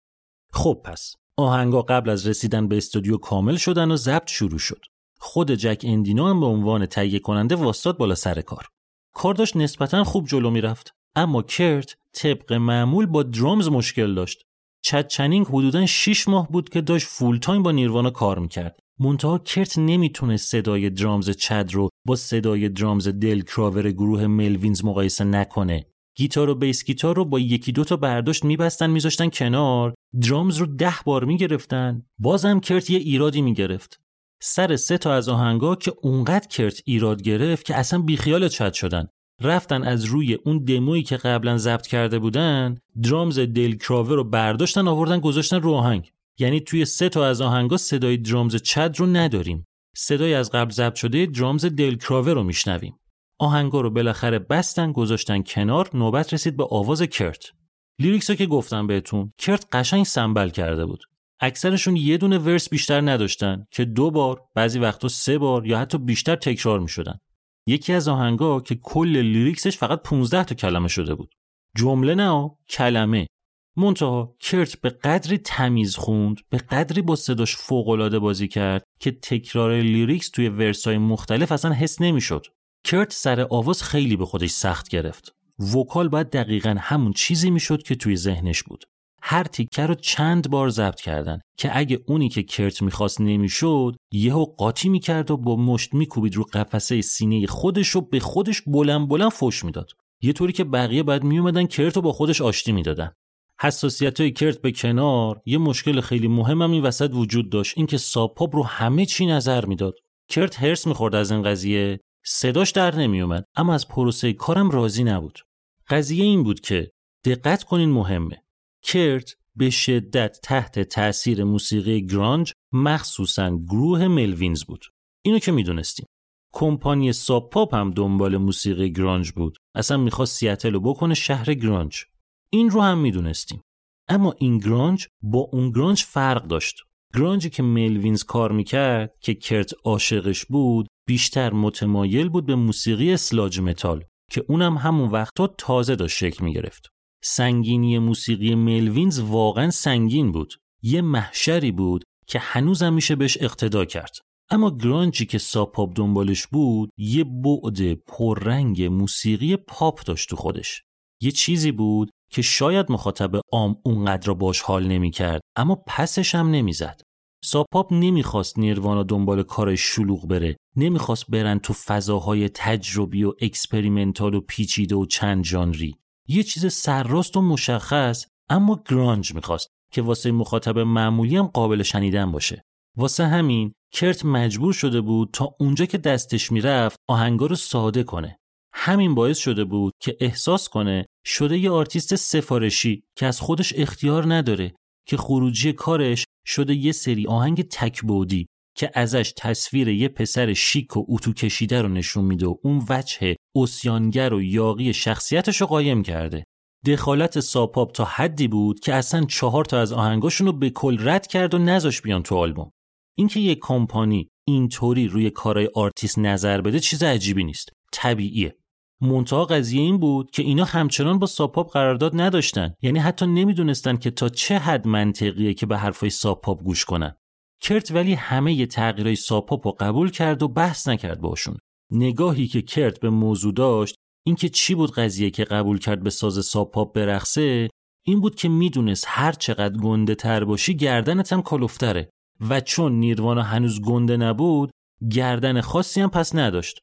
خب پس آهنگا قبل از رسیدن به استودیو کامل شدن و ضبط شروع شد. خود جک اندینو هم به عنوان تهیه کننده واسطاد بالا سر کار. کار داشت نسبتاً خوب جلو میرفت، اما کرت طبق معمول با درامز مشکل داشت. چد چنینگ حدوداً 6 ماه بود که داشت فول تایم با نیروانا کار میکرد. منتها کرت نمیتونه صدای درامز چد رو با صدای درامز دل کراور گروه ملوینز مقایسه نکنه. گیتار و بیس گیتار رو با 1-2 تا برداشت میبستن میذاشتن کنار، درامز رو 10 بار میگرفتن، بازم کرت یه ایرادی میگرفت. سر 3 تا از آهنگا که اونقدر کرت ایراد گرفت که اصلا بیخیال چد شدن. رفتن از روی اون دمویی که قبلا ضبط کرده بودن درامز دل کراور رو برداشتن آوردن گذاشتن رو آهنگ. یعنی توی 3 تا از آهنگا صدای درامز چد رو نداریم، صدای از قبل ضبط شده درامز دل کراور رو میشنویم. آهنگا رو بالاخره بستن گذاشتن کنار، نوبت رسید به آواز کرت. لیریکسو که گفتم بهتون، کرت قشنگ سنبل کرده بود. اکثرشون یه دونه ورس بیشتر نداشتن که 2 بار، بعضی وقتا 3 بار یا حتی بیشتر تکرار میشدن. یکی از آهنگا که کل لیریکسش فقط 15 تا کلمه شده بود. جمله نه، کلمه. منتها کرت به قدری تمیز خوند، به قدری با صداش فوق‌العاده بازی کرد که تکرار لیریکس توی ورس‌های مختلف اصلا حس نمی‌شد. کرت سر آواز خیلی به خودش سخت گرفت. وکال باید دقیقاً همون چیزی می‌شد که توی ذهنش بود. هر تیکه رو چند بار ضبط کردن که اگه اونی که کرت می‌خواست نمی‌شد، یهو قاطی می‌کرد و با مشت می‌کوبید رو قفسه سینه خودش رو به خودش بلند بلند فوش میداد. یه طوری که بقیه بعد میومدن کرت رو با خودش آشتی میدادن. حساسیت‌های کرت به کنار، یه مشکل خیلی مهم هم این وسط وجود داشت، اینکه ساب پاپ رو همه چی نظر میداد. کرت هرس می‌خورد از این قضیه، صداش در نمیومد، اما از پروسه کارم راضی نبود. قضیه این بود که دقت کنین مهمه. کرت به شدت تحت تأثیر موسیقی گرانج، مخصوصاً گروه ملوینز بود. اینو که میدونستیم. کمپانی ساب پاپ هم دنبال موسیقی گرانج بود. اصلا میخواست سیاتل رو بکنه شهر گرانج. این رو هم میدونستیم. اما این گرانج با اون گرانج فرق داشت. گرانجی که ملوینز کار میکرد که کرت عاشقش بود، بیشتر متمایل بود به موسیقی اسلاج متال که اونم همون وقتا تازه داشت شکل میگرفت. سنگینی موسیقی ملوینز واقعا سنگین بود. یه محشری بود که هنوزم میشه بهش اقتدا کرد. اما گرانجی که ساب پاپ دنبالش بود یه بعد پررنگ موسیقی پاپ داشت تو خودش. یه چیزی بود که شاید مخاطب عام اونقدر باش حال نمی کرد، اما پسش هم نمی زد. ساب پاپ نمیخواست نیروانا دنبال کارش شلوغ بره، نمیخواست برن تو فضاهای تجربی و اکسپریمنتال و پیچیده و چند ژانری. یه چیز سرراست و مشخص، اما گرانج میخواست که واسه مخاطب معمولی هم قابل شنیدن باشه. واسه همین کرت مجبور شده بود تا اونجا که دستش میرفت آهنگا رو ساده کنه. همین باعث شده بود که احساس کنه شده یه آرتیست سفارشی که از خودش اختیار نداره، که خروجی کارش شده یه سری آهنگ تک‌بعدی که ازش تصویر یه پسر شیک و اتو کشیده رو نشون میده و اون وجه عصیانگر و یاغی شخصیتش رو قایم کرده. دخالت ساب پاپ تا حدی بود که اصلا 4 تا از آهنگاشون رو به کل رد کرد و نذاشت بیان تو آلبوم. اینکه یک کمپانی اینطوری روی کارهای آرتیست نظر بده چیز عجیبی نیست، طبیعیه. منتها قضیه این بود که اینا همچنان با ساب پاپ قرارداد نداشتن، یعنی حتی نمیدونستن که تا چه حد منطقیه که به حرفای ساب پاپ گوش کنن. کرت ولی همه ی تغییرای ساب پاپ رو قبول کرد و بحث نکرد باشون. نگاهی که کرت به موضوع داشت، این که چی بود قضیه که قبول کرد به ساز ساب پاپ برقصه، این بود که میدونست هر چقدر گنده تر باشی گردنت هم کلوفتره و چون نیروانا هنوز گنده نبود گردن خاصی هم پس نداشت.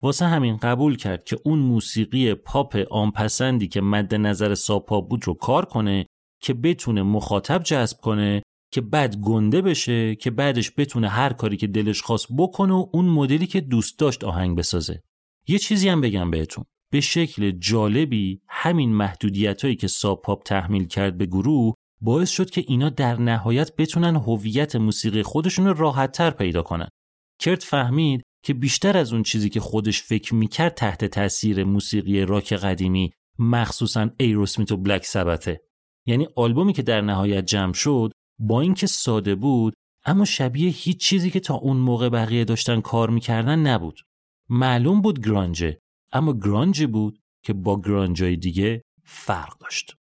واسه همین قبول کرد که اون موسیقی پاپ عام‌پسندی که مد نظر ساب پاپ بود رو کار کنه که بتونه مخاطب جذب کنه، که بعد گنده بشه، که بعدش بتونه هر کاری که دلش خواست بکنه و اون مدلی که دوست داشت آهنگ بسازه. یه چیزی هم بگم بهتون، به شکل جالبی همین محدودیتایی که ساب پاپ تحمیل کرد به گروه باعث شد که اینا در نهایت بتونن هویت موسیقی خودشون رو راحت‌تر پیدا کنن. کرت فهمید که بیشتر از اون چیزی که خودش فکر میکرد تحت تاثیر موسیقی راک قدیمی، مخصوصاً ایروسمیت و بلک سبته. یعنی آلبومی که در نهایت جمع شد با اینکه ساده بود اما شبیه هیچ چیزی که تا اون موقع بقیه داشتن کار میکردن نبود. معلوم بود گرانجه، اما گرانجی بود که با گرانجای دیگه فرق داشت.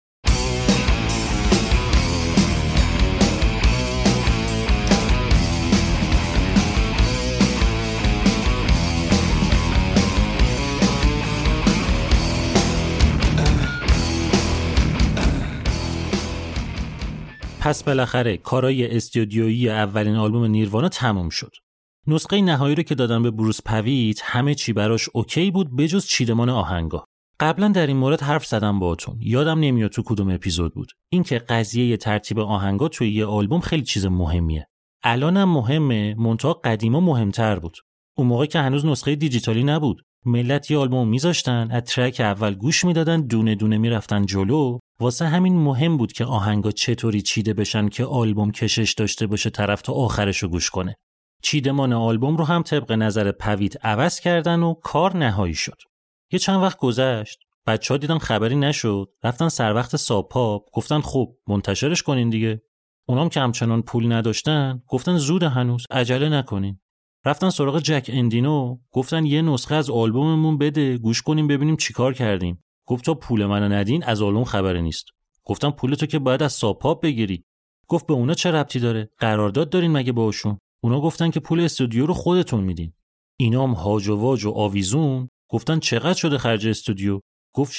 پس بالاخره کارای استودیویی اولین آلبوم نیروانا تموم شد. نسخه نهایی رو که دادن به بروس پویت همه چی براش اوکی بود بجز چیدمان آهنگا. قبلا در این مورد حرف زدم باهاتون، یادم نمیاد تو کدوم اپیزود بود. این که قضیه ترتیب آهنگا توی یه آلبوم خیلی چیز مهمیه. الانم مهمه، منتها قدیما مهمتر بود. اون موقع که هنوز نسخه دیجیتالی نبود، ملت یه آلبوم میذاشتن، از ترک اول گوش میدادن، دونه دونه میرفتن جلو. واسه همین مهم بود که آهنگا چطوری چیده بشن که آلبوم کشش داشته باشه طرف تا آخرشو گوش کنه. چیدمان آلبوم رو هم طبق نظر پویت عوض کردن و کار نهایی شد. یه چند وقت گذشت، بچه‌ها دیدن خبری نشد، رفتن سر وقت ساب پاپ، گفتن خب منتشرش کنین دیگه. اونام که همچنان پول نداشتن گفتن زود، هنوز عجله نکنین. رفتن سراغ جک اندینو، گفتن یه نسخه از آلبوممون بده گوش کنیم ببینیم چیکار کردیم. گفت تا پول منو ندین از آلبوم خبری نیست. گفتم پولتو که باید از ساب پاپ بگیری. گفت به اونا چه ربطی داره؟ قرارداد دارین مگه باهاشون؟ اونا گفتن که پول استودیو رو خودتون میدین. اینام هاج و واج و آویزون گفتن چقدر شده خرج استودیو؟ گفت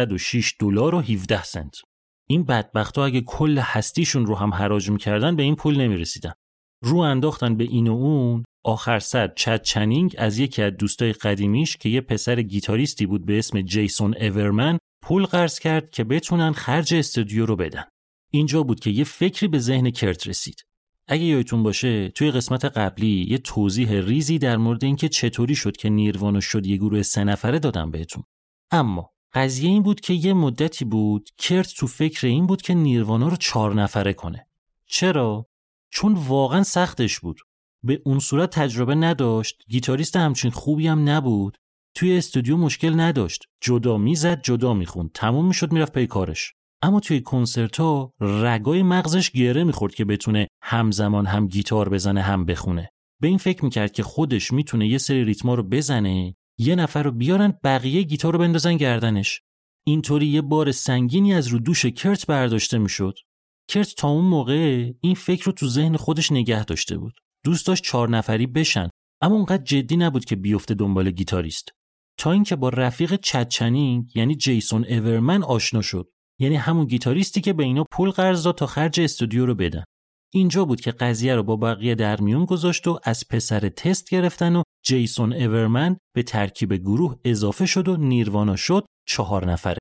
$606.17. این بدبختا اگه کل هستیشون رو هم حراج میکردن به این پول نمیرسیدن. رو انداختن به این و اون. آخر سر چد چنینگ از یکی از دوستای قدیمیش که یه پسر گیتاریستی بود به اسم جیسون اورمن پول قرض کرد که بتونن خرج استودیو رو بدن. اینجا بود که یه فکری به ذهن کرت رسید. اگه یادتون باشه توی قسمت قبلی یه توضیح ریزی در مورد اینکه چطوری شد که نیروانا شد یه گروه 3 نفره دادم بهتون. اما قضیه این بود که یه مدتی بود کرت تو فکر این بود که نیروانا رو 4 نفره کنه. چرا؟ چون واقعا سختش بود. به اون صورت تجربه نداشت، گیتاریست همچین خوبی هم نبود، توی استودیو مشکل نداشت، جدا میزد جدا میخوند، تموم میشد میرفت پی کارش. اما توی کنسرت‌ها رگای مغزش گره میخورد که بتونه همزمان هم گیتار بزنه هم بخونه. به این فکر میکرد که خودش میتونه یه سری ریتما رو بزنه، یه نفر رو بیارن بقیه گیتار رو بندازن گردنش. اینطوری یه بار سنگینی از رو دوش کرت برداشته میشد. کرت تا اون موقع این فکر رو تو ذهن خودش نگه داشته بود. دوست داشت 4 نفری بشن، اما اونقدر جدی نبود که بیفته دنبال گیتاریست. تا اینکه با رفیق چد چنینگ یعنی جیسون اورمن آشنا شد، یعنی همون گیتاریستی که به اینا پول قرض داد تا خرج استودیو رو بدن. اینجا بود که قضیه رو با بقیه در میون گذاشت و از پسر تست گرفتن و جیسون اورمن به ترکیب گروه اضافه شد و نیروانا شد 4 نفره.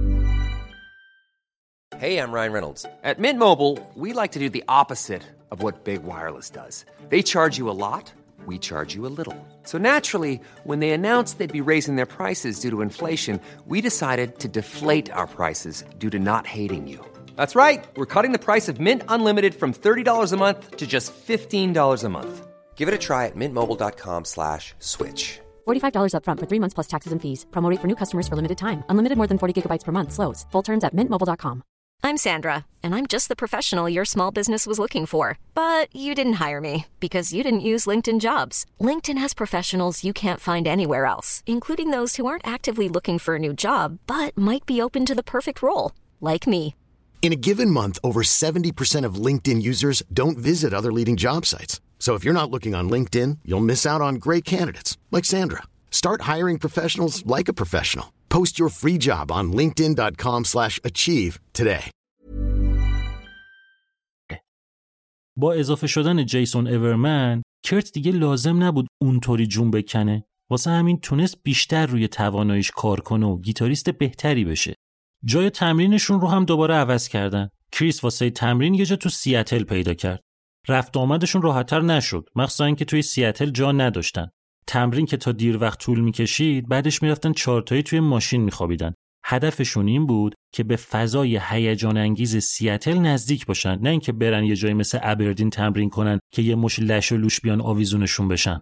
Hey, I'm Ryan Reynolds. At Mint Mobile, we like to do the opposite of what Big Wireless does. They charge you a lot, we charge you a little. So naturally, when they announced they'd be raising their prices due to inflation, we decided to deflate our prices due to not hating you. That's right. We're cutting the price of Mint Unlimited from $30 a month to just $15 a month. Give it a try at mintmobile.com/switch. $45 up front for 3 months plus taxes and fees. Promo rate for new customers for limited time. Unlimited more than 40 gigabytes per month slows. Full terms at mintmobile.com. I'm Sandra, and I'm just the professional your small business was looking for. But you didn't hire me because you didn't use LinkedIn Jobs. LinkedIn has professionals you can't find anywhere else, including those who aren't actively looking for a new job but might be open to the perfect role, like me. In a given month, over 70% of LinkedIn users don't visit other leading job sites. So if you're not looking on LinkedIn, you'll miss out on great candidates like Sandra. Start hiring professionals like a professional. Post your free job on linkedin.com/achieve today. با اضافه شدن جیسون اورمن، کرت دیگه لازم نبود اونطوری جون بکنه. واسه همین تونست بیشتر روی تواناییش کار کنه و گیتاریست بهتری بشه. جای تمرینشون رو هم دوباره عوض کردن. کریس واسه تمرین یه جا تو سیاتل پیدا کرد. رفت آمدشون راحت‌تر نشد، مخصوصا اینکه توی سیاتل جا نداشتن. تمرین که تا دیر وقت طول می‌کشید، بعدش می‌رفتن چارتایی توی ماشین می‌خوابیدن. هدفشون این بود که به فضای هیجان انگیز سیاتل نزدیک باشن، نه اینکه برن یه جایی مثل ابردین تمرین کنن که یه مش لش و لوش بیان آویزونشون بشن.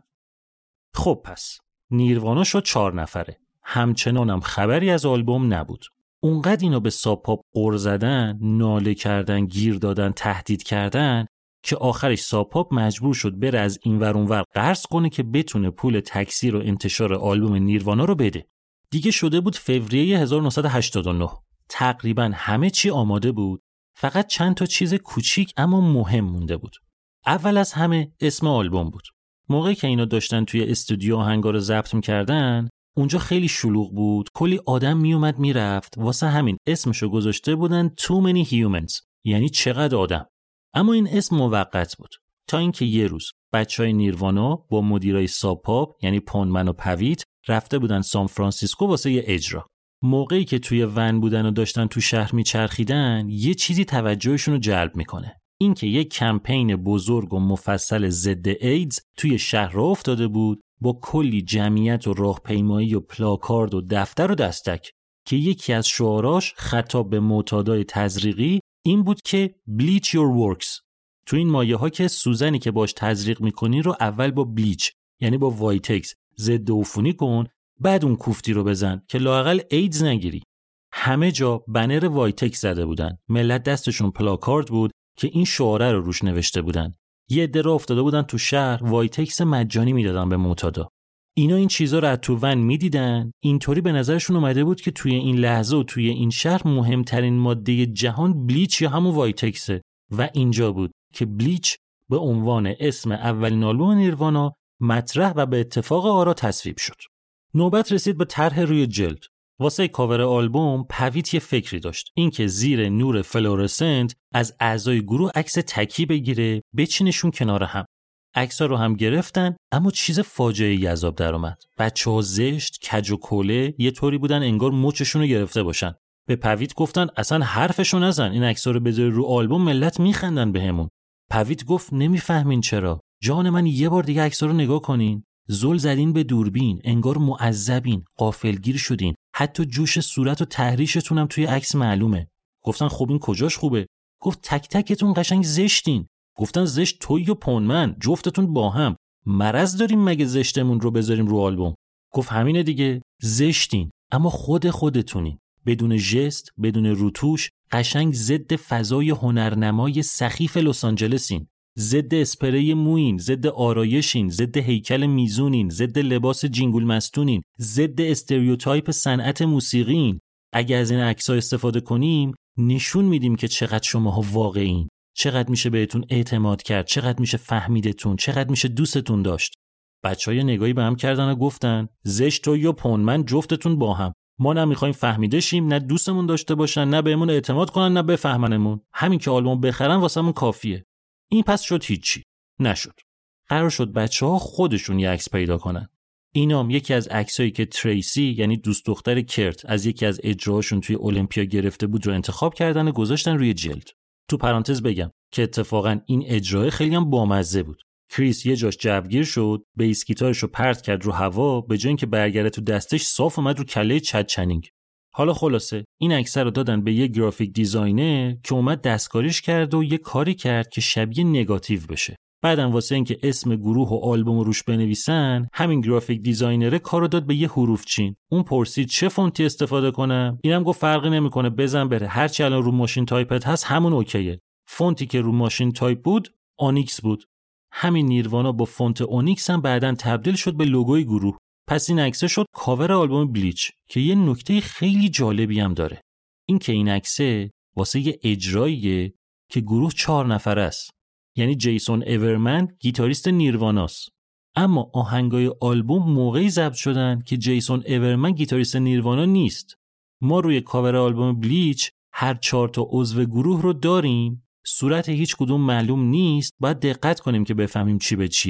خب پس نیروانا شد 4 نفره. همچنانم خبری از آلبوم نبود. اونقدر اینا به ساب پاپ غر زدن، ناله کردن، گیر دادن، تهدید کردن که آخرش ساب پاپ مجبور شد بره از این ور اون ور قرض کنه که بتونه پول تکثیر و انتشار آلبوم نیروانا رو بده. دیگه شده بود فوریه 1989. تقریباً همه چی آماده بود. فقط چند تا چیز کوچیک اما مهم مونده بود. اول از همه اسم آلبوم بود. موقعی که اینا داشتن توی استودیو آهنگا رو ضبط می‌کردن، اونجا خیلی شلوغ بود. کلی آدم میومد میرفت. واسه همین اسمشو گذاشته بودن Too Many Humans، یعنی چقدر آدم. اما این اسم موقت بود تا اینکه یه روز بچهای نیروانا با مدیرای ساب پاپ یعنی پونمن و پویت رفته بودن سان فرانسیسکو واسه یه اجرا. موقعی که توی ون بودن و داشتن تو شهر میچرخیدن، یه چیزی توجهشون رو جلب میکنه. این که یه کمپین بزرگ و مفصل ضد ایدز توی شهر راه افتاده بود با کلی جمعیت و راهپیمایی و پلاکارد و دفتر و دستک که یکی از شعاراش خطاب به معتادای تزریقی این بود که bleach your works. تو این مایه ها که سوزنی که باش تزریق میکنی رو اول با بلیچ یعنی با وایتکس ضد عفونی کن، بعد اون کوفتی رو بزن که لااقل ایدز نگیری. همه جا بنر وایتکس زده بودن. ملت دستشون پلاکارد بود که این شعاره رو روش نوشته بودن. یه عده راه افتاده بودن تو شهر وایتکس مجانی میدادن به معتادا. اینا این چیزا رو از تو ون میدیدن. اینطوری به نظرشون اومده بود که توی این لحظه و توی این شهر مهمترین ماده جهان بلیچ یا همون وایتکسه و اینجا بود که بلیچ به عنوان اسم اولین آلبوم نیروانا مطرح و به اتفاق آرا تصویب شد. نوبت رسید به طرح روی جلد. واسه کاور آلبوم پویت یه فکری داشت، اینکه زیر نور فلورسنت از اعضای گروه عکس تکی بگیره، بچینشون کنار هم. عکس‌ها رو هم گرفتن، اما چیز فاجعه‌ای عذاب در اومد. بچه‌ها زشت، کج و کوله، یه طوری بودن انگار مچشون رو گرفته باشن. به پویت گفتن اصلا حرفشو نزن، این عکس‌ها رو بذاری رو آلبوم ملت میخندن بهمون. پویت گفت نمیفهمین چرا؟ جان من یه بار دیگه عکس‌ها رو نگاه کنین. زل زدین به دوربین، انگار معذبین، غافلگیر شدین. حتی جوش صورت و تحریشتون هم توی عکس معلومه. گفتن خب این کجاش خوبه؟ گفت تک تکتون قشنگ زشتین. گفتن زشت توی و پونمن جفتتون با هم. مرض داریم مگه زشتمون رو بذاریم رو آلبوم؟ گفت همینه دیگه، زشتین اما خودتونین. بدون ژست، بدون روتوش، قشنگ ضد فضای هنرنمای سخیف لس آنجلسین. ضد اسپری موین، ضد آرایشین، ضد هیکل میزونین، ضد لباس جینگول مستونین، ضد استریوتایپ صنعت موسیقین. اگه از این عکس‌ها استفاده کنیم نشون میدیم که چقدر شماها واقعین، چقدر میشه بهتون اعتماد کرد، چقدر میشه فهمیدتون، چقدر میشه دوستتون داشت. بچه‌ها نگاهی به هم کردن و گفتن زشت تو یا پونمن جفتتون با هم. ما نمیخوایم فهمیده شیم، نه دوستمون داشته باشن، نه بهمون اعتماد کنن، نه بفهمنمون. همین که آلبوم بخرن واسمون کافیه. این پس شد هیچی نشد. قرار شد بچه‌ها خودشون یه عکس پیدا کنن. اینام یکی از عکسایی که تریسی یعنی دوست دختر کرت از یکی از اجراهاشون توی المپیا گرفته بود رو انتخاب کردن و گذاشتن روی جلد. تو پرانتز بگم که اتفاقا این اجرای خیلی هم بامزه بود. کریس یه جاش جوگیر شد، بیس گیتارش رو پرت کرد رو هوا، به جای اینکه برگرده تو دستش صاف اومد رو کله چد چنینگ. حالا خلاصه این عکس رو دادن به یه گرافیک دیزاینر که اومد دستکاریش کرد و یه کاری کرد که شبیه نگاتیو بشه. بعدم واسه اینکه اسم گروه و آلبوم روش بنویسن، همین گرافیک دیزاینر کارو داد به یه حروف چین. اون پرسید چه فونتی استفاده کنم؟ اینم گفت فرقی نمیکنه، بزن بره، هر چی الان رو ماشین تایپت هست همون اوکیه. فونتی که رو ماشین تایپ بود اونیکس بود. همین نیروانا با فونت اونیکس هم بعداً تبدیل شد به لوگوی گروه. پس این عکس شد کاور آلبوم بلیچ که یه نکته خیلی جالبی هم داره. این که این عکس واسه یه اجراییه که گروه 4 نفره است. یعنی جیسون اورمن گیتاریست نیرواناست. اما آهنگای آلبوم موقعی ضبط شدن که جیسون اورمن گیتاریست نیروانا نیست. ما روی کاور آلبوم بلیچ هر 4 تا عضو گروه رو داریم. صورت هیچ کدوم معلوم نیست. باید دقت کنیم که بفهمیم چی به چیه.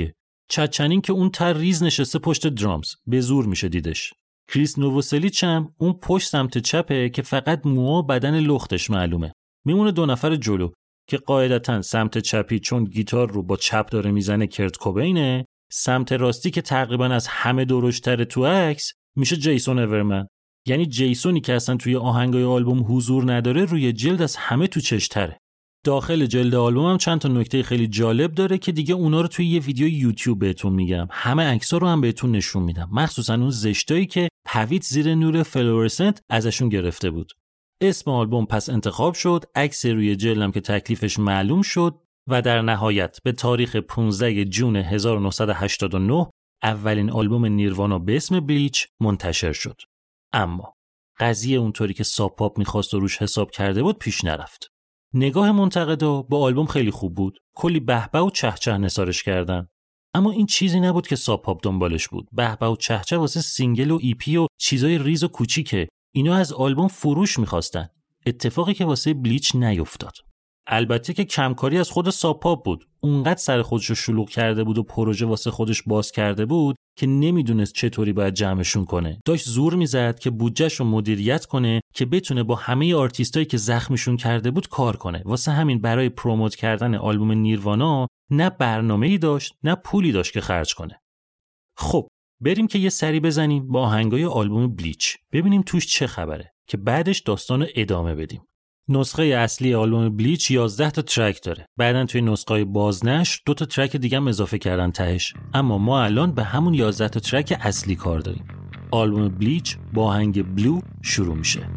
چد چنین که اون تر ریز نشسته پشت درامز، به زور میشه دیدش. کریس نووسلیچ هم اون پشت سمت چپه که فقط موها و بدن لختش معلومه. میمونه 2 نفر جلو که قاعدتاً سمت چپی چون گیتار رو با چپ داره میزنه کرت کوبینه، سمت راستی که تقریباً از همه درشتره تو عکس میشه جیسون اورمن. یعنی جیسونی که اصلا توی آهنگای آلبوم حضور نداره روی جلد از همه تو چشتره. داخل جلد آلبوم هم چند تا نکته خیلی جالب داره که دیگه اونا رو توی یه ویدیو یوتیوب بهتون میگم. همه عکس‌ها رو هم بهتون نشون میدم، مخصوصا اون زشتایی که پویت زیر نور فلورسنت ازشون گرفته بود. اسم آلبوم پس انتخاب شد، عکس روی جلدم که تکلیفش معلوم شد و در نهایت به تاریخ 15 جون 1989 اولین آلبوم نیروانا به اسم بلیچ منتشر شد. اما قضیه اونطوری که ساب پاپ می‌خواست و روش حساب کرده بود پیش نرفت. نگاه منتقدا با آلبوم خیلی خوب بود، کلی بهبه و چهچه نثارش کردن. اما این چیزی نبود که ساب پاپ دنبالش بود. بهبه و چهچه واسه سینگل و ایپی و چیزای ریز و کوچیکه. اینا از آلبوم فروش می‌خواستن. اتفاقی که واسه بلیچ نیفتاد. البته که کمکاری از خود ساب پاپ بود. اونقدر سر خودش رو شلوغ کرده بود و پروژه واسه خودش باز کرده بود که نمیدونست چطوری باید جمعشون کنه. داشت زور میزد که بودجه‌ش رو مدیریت کنه که بتونه با همه آرتیستایی که زخمشون کرده بود کار کنه. واسه همین برای پروموت کردن آلبوم نیروانا نه برنامه‌ای داشت نه پولی داشت که خرج کنه. خب بریم که یه سری بزنیم با آهنگای آلبوم بلیچ، ببینیم توش چه خبره که بعدش داستانو ادامه بدیم. نسخه اصلی آلبوم بلیچ 11 تا ترک داره. بعدن توی نسخه بازنشر 2 تا ترک دیگه هم اضافه کردن تهش. اما ما الان به همون 11 تا ترک اصلی کار داریم. آلبوم بلیچ با آهنگ بلو شروع میشه.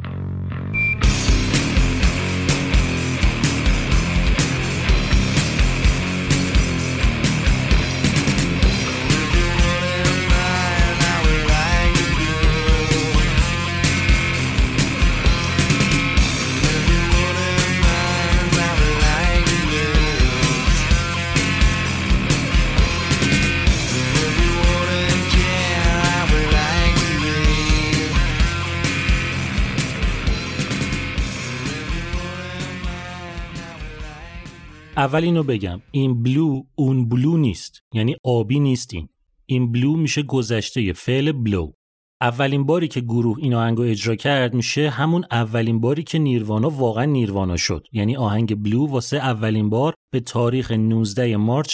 اول اینو بگم، این بلو اون بلو نیست، یعنی آبی نیست. این بلو میشه گذشته فعل بلو. اولین باری که گروه این آهنگو اجرا کرد میشه همون اولین باری که نیروانا واقعا نیروانا شد. یعنی آهنگ بلو واسه اولین بار به تاریخ 19 مارچ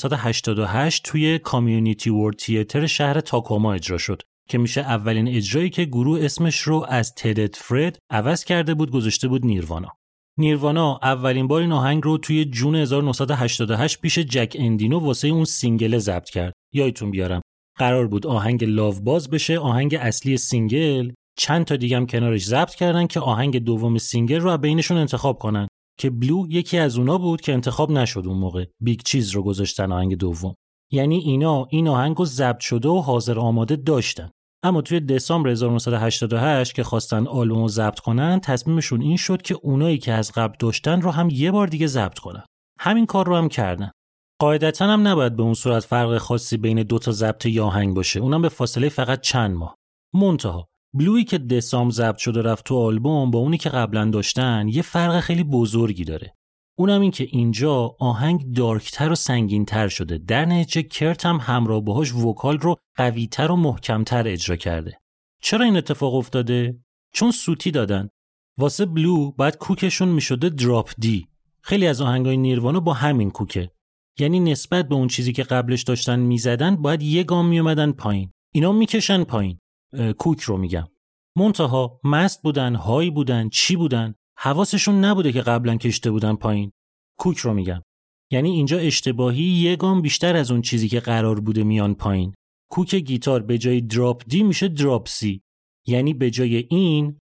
1988 توی کامیونیتی ورد تیاتر شهر تاکوما اجرا شد که میشه اولین اجرایی که گروه اسمش رو از تدت فرد عوض کرده بود، گذاشته بود نیروانا. نیروانا اولین بار این آهنگ رو توی جون 1988 پیش جک اندینو واسه اون سینگل ضبط کرد. یادتون بیارم قرار بود آهنگ لاو باز بشه آهنگ اصلی سینگل، چند تا دیگه هم کنارش ضبط کردن که آهنگ دوم سینگل رو بینشون انتخاب کنن که بلو یکی از اونا بود که انتخاب نشد. اون موقع بیگ چیز رو گذاشتن آهنگ دوم. یعنی اینا این آهنگ رو ضبط شده و حاضر آماده داشتن، اما توی دسامبر 1988 که خواستن آلبوم رو ضبط کنن تصمیمشون این شد که اونایی که از قبل داشتن رو هم یه بار دیگه ضبط کنن. همین کار رو هم کردن. قاعدتاً هم نباید به اون صورت فرق خاصی بین 2 تا ضبط یه آهنگ باشه، اونم به فاصله فقط چند ماه. منتها بلویی که دسامبر ضبط شده رفت تو آلبوم با اونی که قبلا داشتن یه فرق خیلی بزرگی داره. اونم این که اینجا آهنگ دارکتر و سنگین‌تر شده. در نتیجه کرت هم همراه باهاش وکال رو قوی‌تر و محکم‌تر اجرا کرده. چرا این اتفاق افتاده؟ چون سوتی دادن. واسه بلو بعد کوکشون میشده دراپ دی. خیلی از آهنگای نیروانا با همین کوکه. یعنی نسبت به اون چیزی که قبلش داشتن میزدن باید یه گام میومدن پایین. اینا میکشن پایین. کوک رو میگم. منتها مست بودن، های بودن، چی بودن؟ حواسشون نبوده که قبلا کشته بودن پایین. کوک رو میگم. یعنی اینجا اشتباهی یه گام بیشتر از اون چیزی که قرار بوده میان پایین. کوک گیتار به جای دراپ دی میشه دراپ سی. یعنی به جای این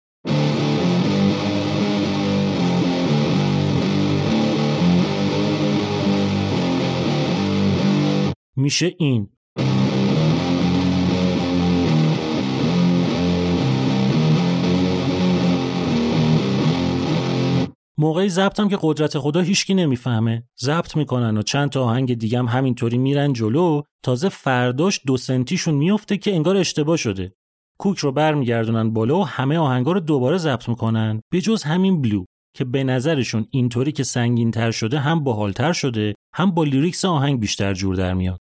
میشه این. موقعی ضبطم که قدرت خدا هیچکی نمیفهمه. ضبط میکنن و چند تا آهنگ دیگه هم همینطوری میرن جلو. تازه فرداش 2 سنتیشون میفته که انگار اشتباه شده. کوک رو برمیگردونن بالا و همه آهنگا رو دوباره ضبط میکنن به جز همین بلو که به نظرشون اینطوری که سنگین‌تر شده هم باحال‌تر شده هم با لیریکس آهنگ بیشتر جور در میاد.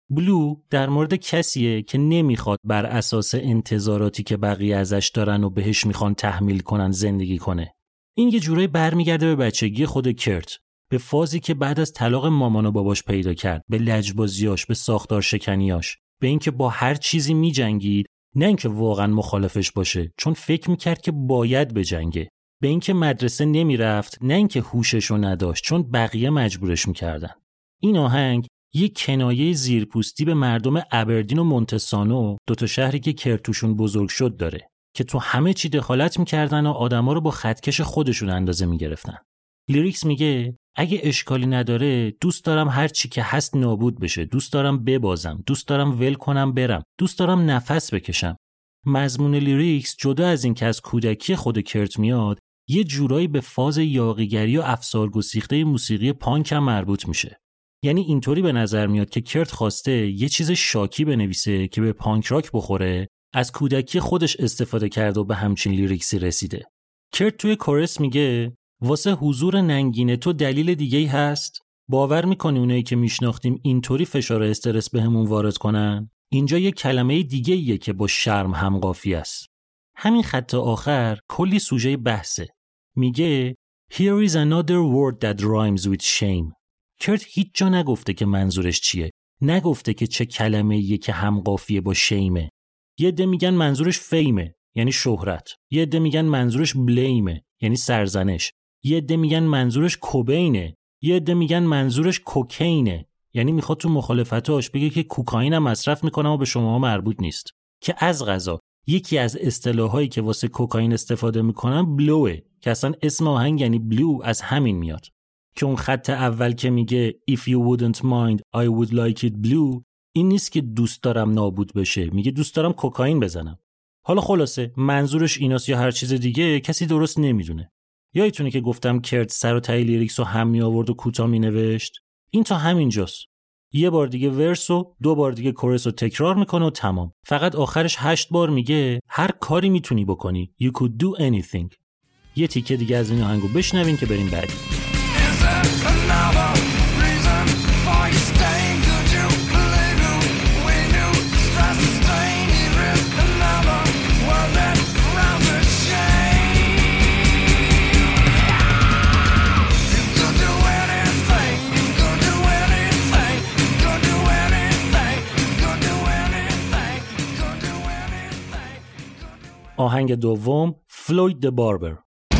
بلو در مورد کسیه که نمیخواد بر اساس انتظاراتی که بقیه ازش دارن و بهش میخوان تحمیل کنن زندگی کنه. این یه جورایی برمیگرده به بچگی خود کرت، به فازی که بعد از طلاق مامان و باباش پیدا کرد، به لجبازیاش، به ساختار شکنیاش، به اینکه با هر چیزی میجنگید، نه اینکه واقعا مخالفش باشه چون فکر میکرد که باید بجنگه، به اینکه مدرسه نمیرفت نه اینکه هوششو نداشت چون بقیه مجبورش میکردن. این آهنگ یک کنایه زیرپوستی به مردم ابردین و مونتسانو، دوتا شهری که کرت توشون بزرگ شد داره که تو همه چی دخالت میکردن و آدما رو با خطکش خودشون اندازه میگرفتن. لیریکس میگه اگه اشکالی نداره دوست دارم هر چی که هست نابود بشه، دوست دارم ببازم، دوست دارم ول کنم برم، دوست دارم نفس بکشم. مضمون لیریکس جدا از این که از کودکی خود کرت میاد، یه جورایی به فاز یاغیگری و افسارگسیخته موسیقی پانک هم مربوط میشه. یعنی اینطوری به نظر میاد که کرت خواسته یه چیز شاکی بنویسه که به پانک راک بخوره، از کودکی خودش استفاده کرده و به همچین لیریکسی رسیده. کرت توی کورس میگه واسه حضور ننگین تو دلیل دیگه‌ای هست؟ باور میکنی اونایی که میشناختیم اینطوری فشار استرس بهمون وارد کنن؟ اینجا یه کلمه دیگه‌ایه که با شرم همقافی است. همین خط آخر کلی سوژه بحثه. میگه Here is another word that rhymes with shame. کرت هیچ جا نگفته که منظورش چیه. نگفته که چه کلمه‌ایه که همقافیه با شیمه. یه عده میگن منظورش فیمه، یعنی شهرت. یه عده میگن منظورش بلیمه، یعنی سرزنش. یه عده میگن منظورش کوبینه. یه عده میگن منظورش کوکینه، یعنی میخواد تو مخالفتاش بگه که کوکائین هم مصرف میکنم و به شما مربوط نیست. که از قضا یکی از اصطلاحایی که واسه کوکائین استفاده میکنن بلوه، که اصلا اسم آهنگ یعنی بلو از همین میاد. که اون خط اول که میگه If you wouldn't mind I would like it blue، این نیست که دوست دارم نابود بشه، میگه دوست دارم کوکائین بزنم. حالا خلاصه منظورش ایناست یا هر چیز دیگه کسی درست نمیدونه. یادتونه که گفتم کرت سر و ته لیریکس رو هم می آورد و کوتاه می نوشت؟ این تا همینجاست. یه بار دیگه ورس و 2 بار دیگه کورس رو تکرار میکنه و تمام. فقط آخرش 8 بار میگه هر کاری میتونی بکنی. You could do anything. یه تیکه دیگه از این آهنگو بشنوین که بریم بعدی. آهنگ دوم فلوید د باربر.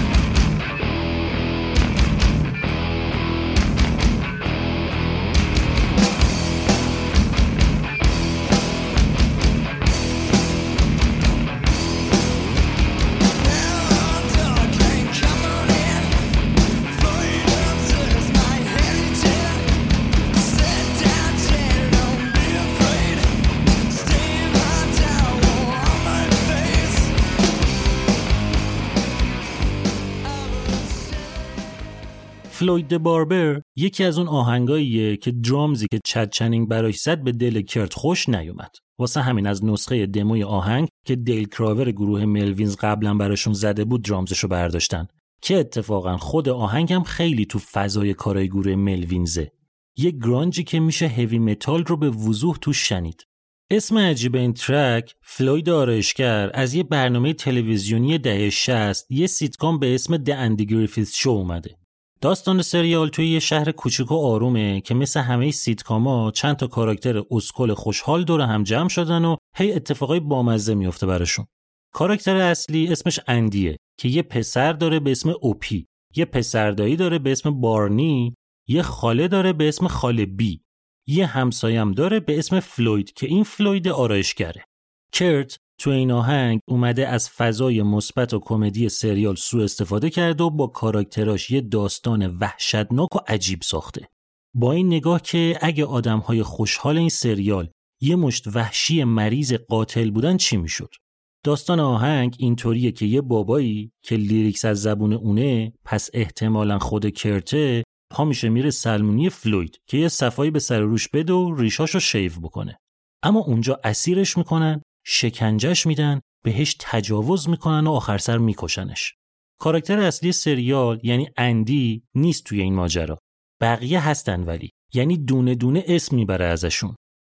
فلوید د باربر یکی از اون آهنگاییه که درامزی که چد چنینگ براش زد به دل کرت خوش نیومد. واسه همین از نسخه دموی آهنگ که دیل کراور گروه ملوینز قبلا براشون زده بود درامزشو برداشتن، که اتفاقا خود آهنگم خیلی تو فضای کارای گروه ملوینزه. یه گرانجی که میشه هیوی متال رو به وضوح توش شنید. اسم عجیب این ترک فلوید آرایشگر از یه برنامه تلویزیونی دهه 60 یه سیتکام به اسم د اندی گریفیث شو اومده. داستان سریال توی یه شهر کوچیک و آرومه که مثل همه سیتکاما چند تا کاراکتر اسکل خوشحال دور هم جمع شدن و هی اتفاقای بامزه میفته براشون. کاراکتر اصلی اسمش اندیه که یه پسر داره به اسم اوپی، یه پسردایی داره به اسم بارنی، یه خاله داره به اسم خاله بی، یه همسایم داره به اسم فلوید که این فلوید آرایشگره. کرت تو این آهنگ اومده از فضای مثبت و کمدی سریال سوء استفاده کرده و با کاراکتراش یه داستان وحشتناک و عجیب ساخته. با این نگاه که اگه آدم‌های خوشحال این سریال یه مشت وحشی مریض قاتل بودن چی میشد؟ داستان آهنگ اینطوریه که یه بابایی که لیریکس از زبون اونه، پس احتمالاً خود کرته، پا میشه میره سلمونی فلوید که یه صفایی به سر روش بده و ریشاشو شیو بکنه. اما اونجا اسیرش میکنن، شکنجهش میدن، بهش تجاوز میکنن و آخر سر میکشنش. کاراکتر اصلی سریال یعنی اندی نیست توی این ماجرا. بقیه هستن ولی یعنی دونه دونه اسم میبره ازشون.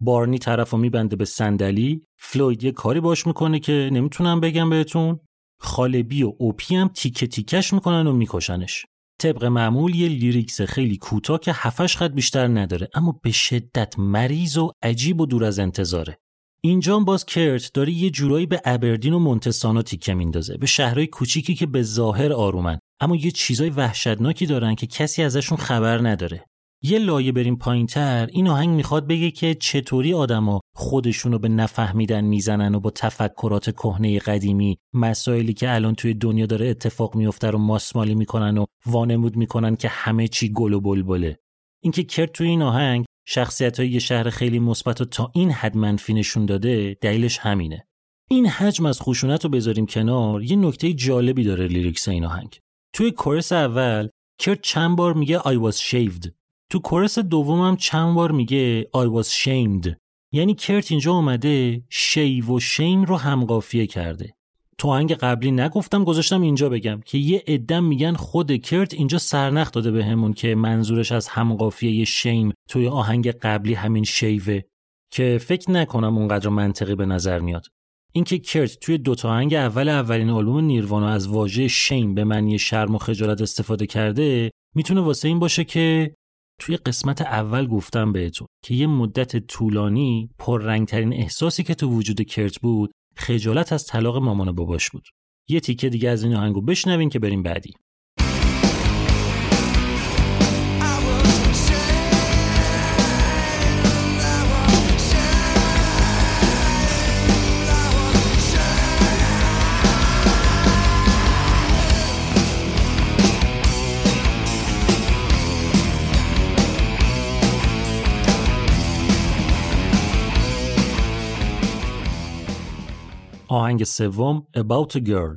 بارنی طرفو میبنده به صندلی، فلوید یه کاری باش میکنه که نمیتونم بگم بهتون. خالبی و اوپی هم تیکه تیکش میکنن و میکشنش. طبق معمول یه لیریکس خیلی کوتاه که 7-8 خط بیشتر نداره، اما به شدت مریض و عجیب و دور از انتظاره. اینجا باز کرت داره یه جورایی به ابردین و مونتسانا تیکه میندازه، به شهرهای کوچیکی که به ظاهر آرومن اما یه چیزای وحشتناکی دارن که کسی ازشون خبر نداره. یه لایه بریم پایین‌تر، این آهنگ میخواد بگه که چطوری آدما خودشونو به نفهمیدن میزنن و با تفکرات کهنه قدیمی مسائلی که الان توی دنیا داره اتفاق میفته رو ماسمالی میکنن و وانمود میکنن که همه چی گل و بلبله. اینکه کرت توی این آهنگ شخصیت‌های یه شهر خیلی مثبت و تا این حد منفی نشون داده، دلیلش همینه. این حجم از خشونت رو بذاریم کنار، یه نکته جالبی داره لیریکس این آهنگ. توی کورس اول کرت چند بار میگه I was shaved. تو کورس دومم چند بار میگه I was shamed. یعنی کرت اینجا اومده شیو و شیم رو همقافیه کرده. تو آهنگ قبلی نگفتم، گذاشتم اینجا بگم که یه عده میگن خود کرت اینجا سرنخ داده بهمون که منظورش از همقافیه شیم توی آهنگ قبلی همین شیوه، که فکر نکنم اونقدر منطقی به نظر میاد. اینکه کرت توی دوتا آهنگ اولین آلبوم نیروانا از واژه شیم به معنی شرم و خجالت استفاده کرده، میتونه واسه این باشه که توی قسمت اول گفتم بهتون که یه مدت طولانی پررنگترین احساسی که تو وجود کرت بود خجالت از طلاق مامان و باباش بود. یه تیکه دیگه از این آهنگو بشنوین که بریم بعدی. آهنگ سوم About a Girl.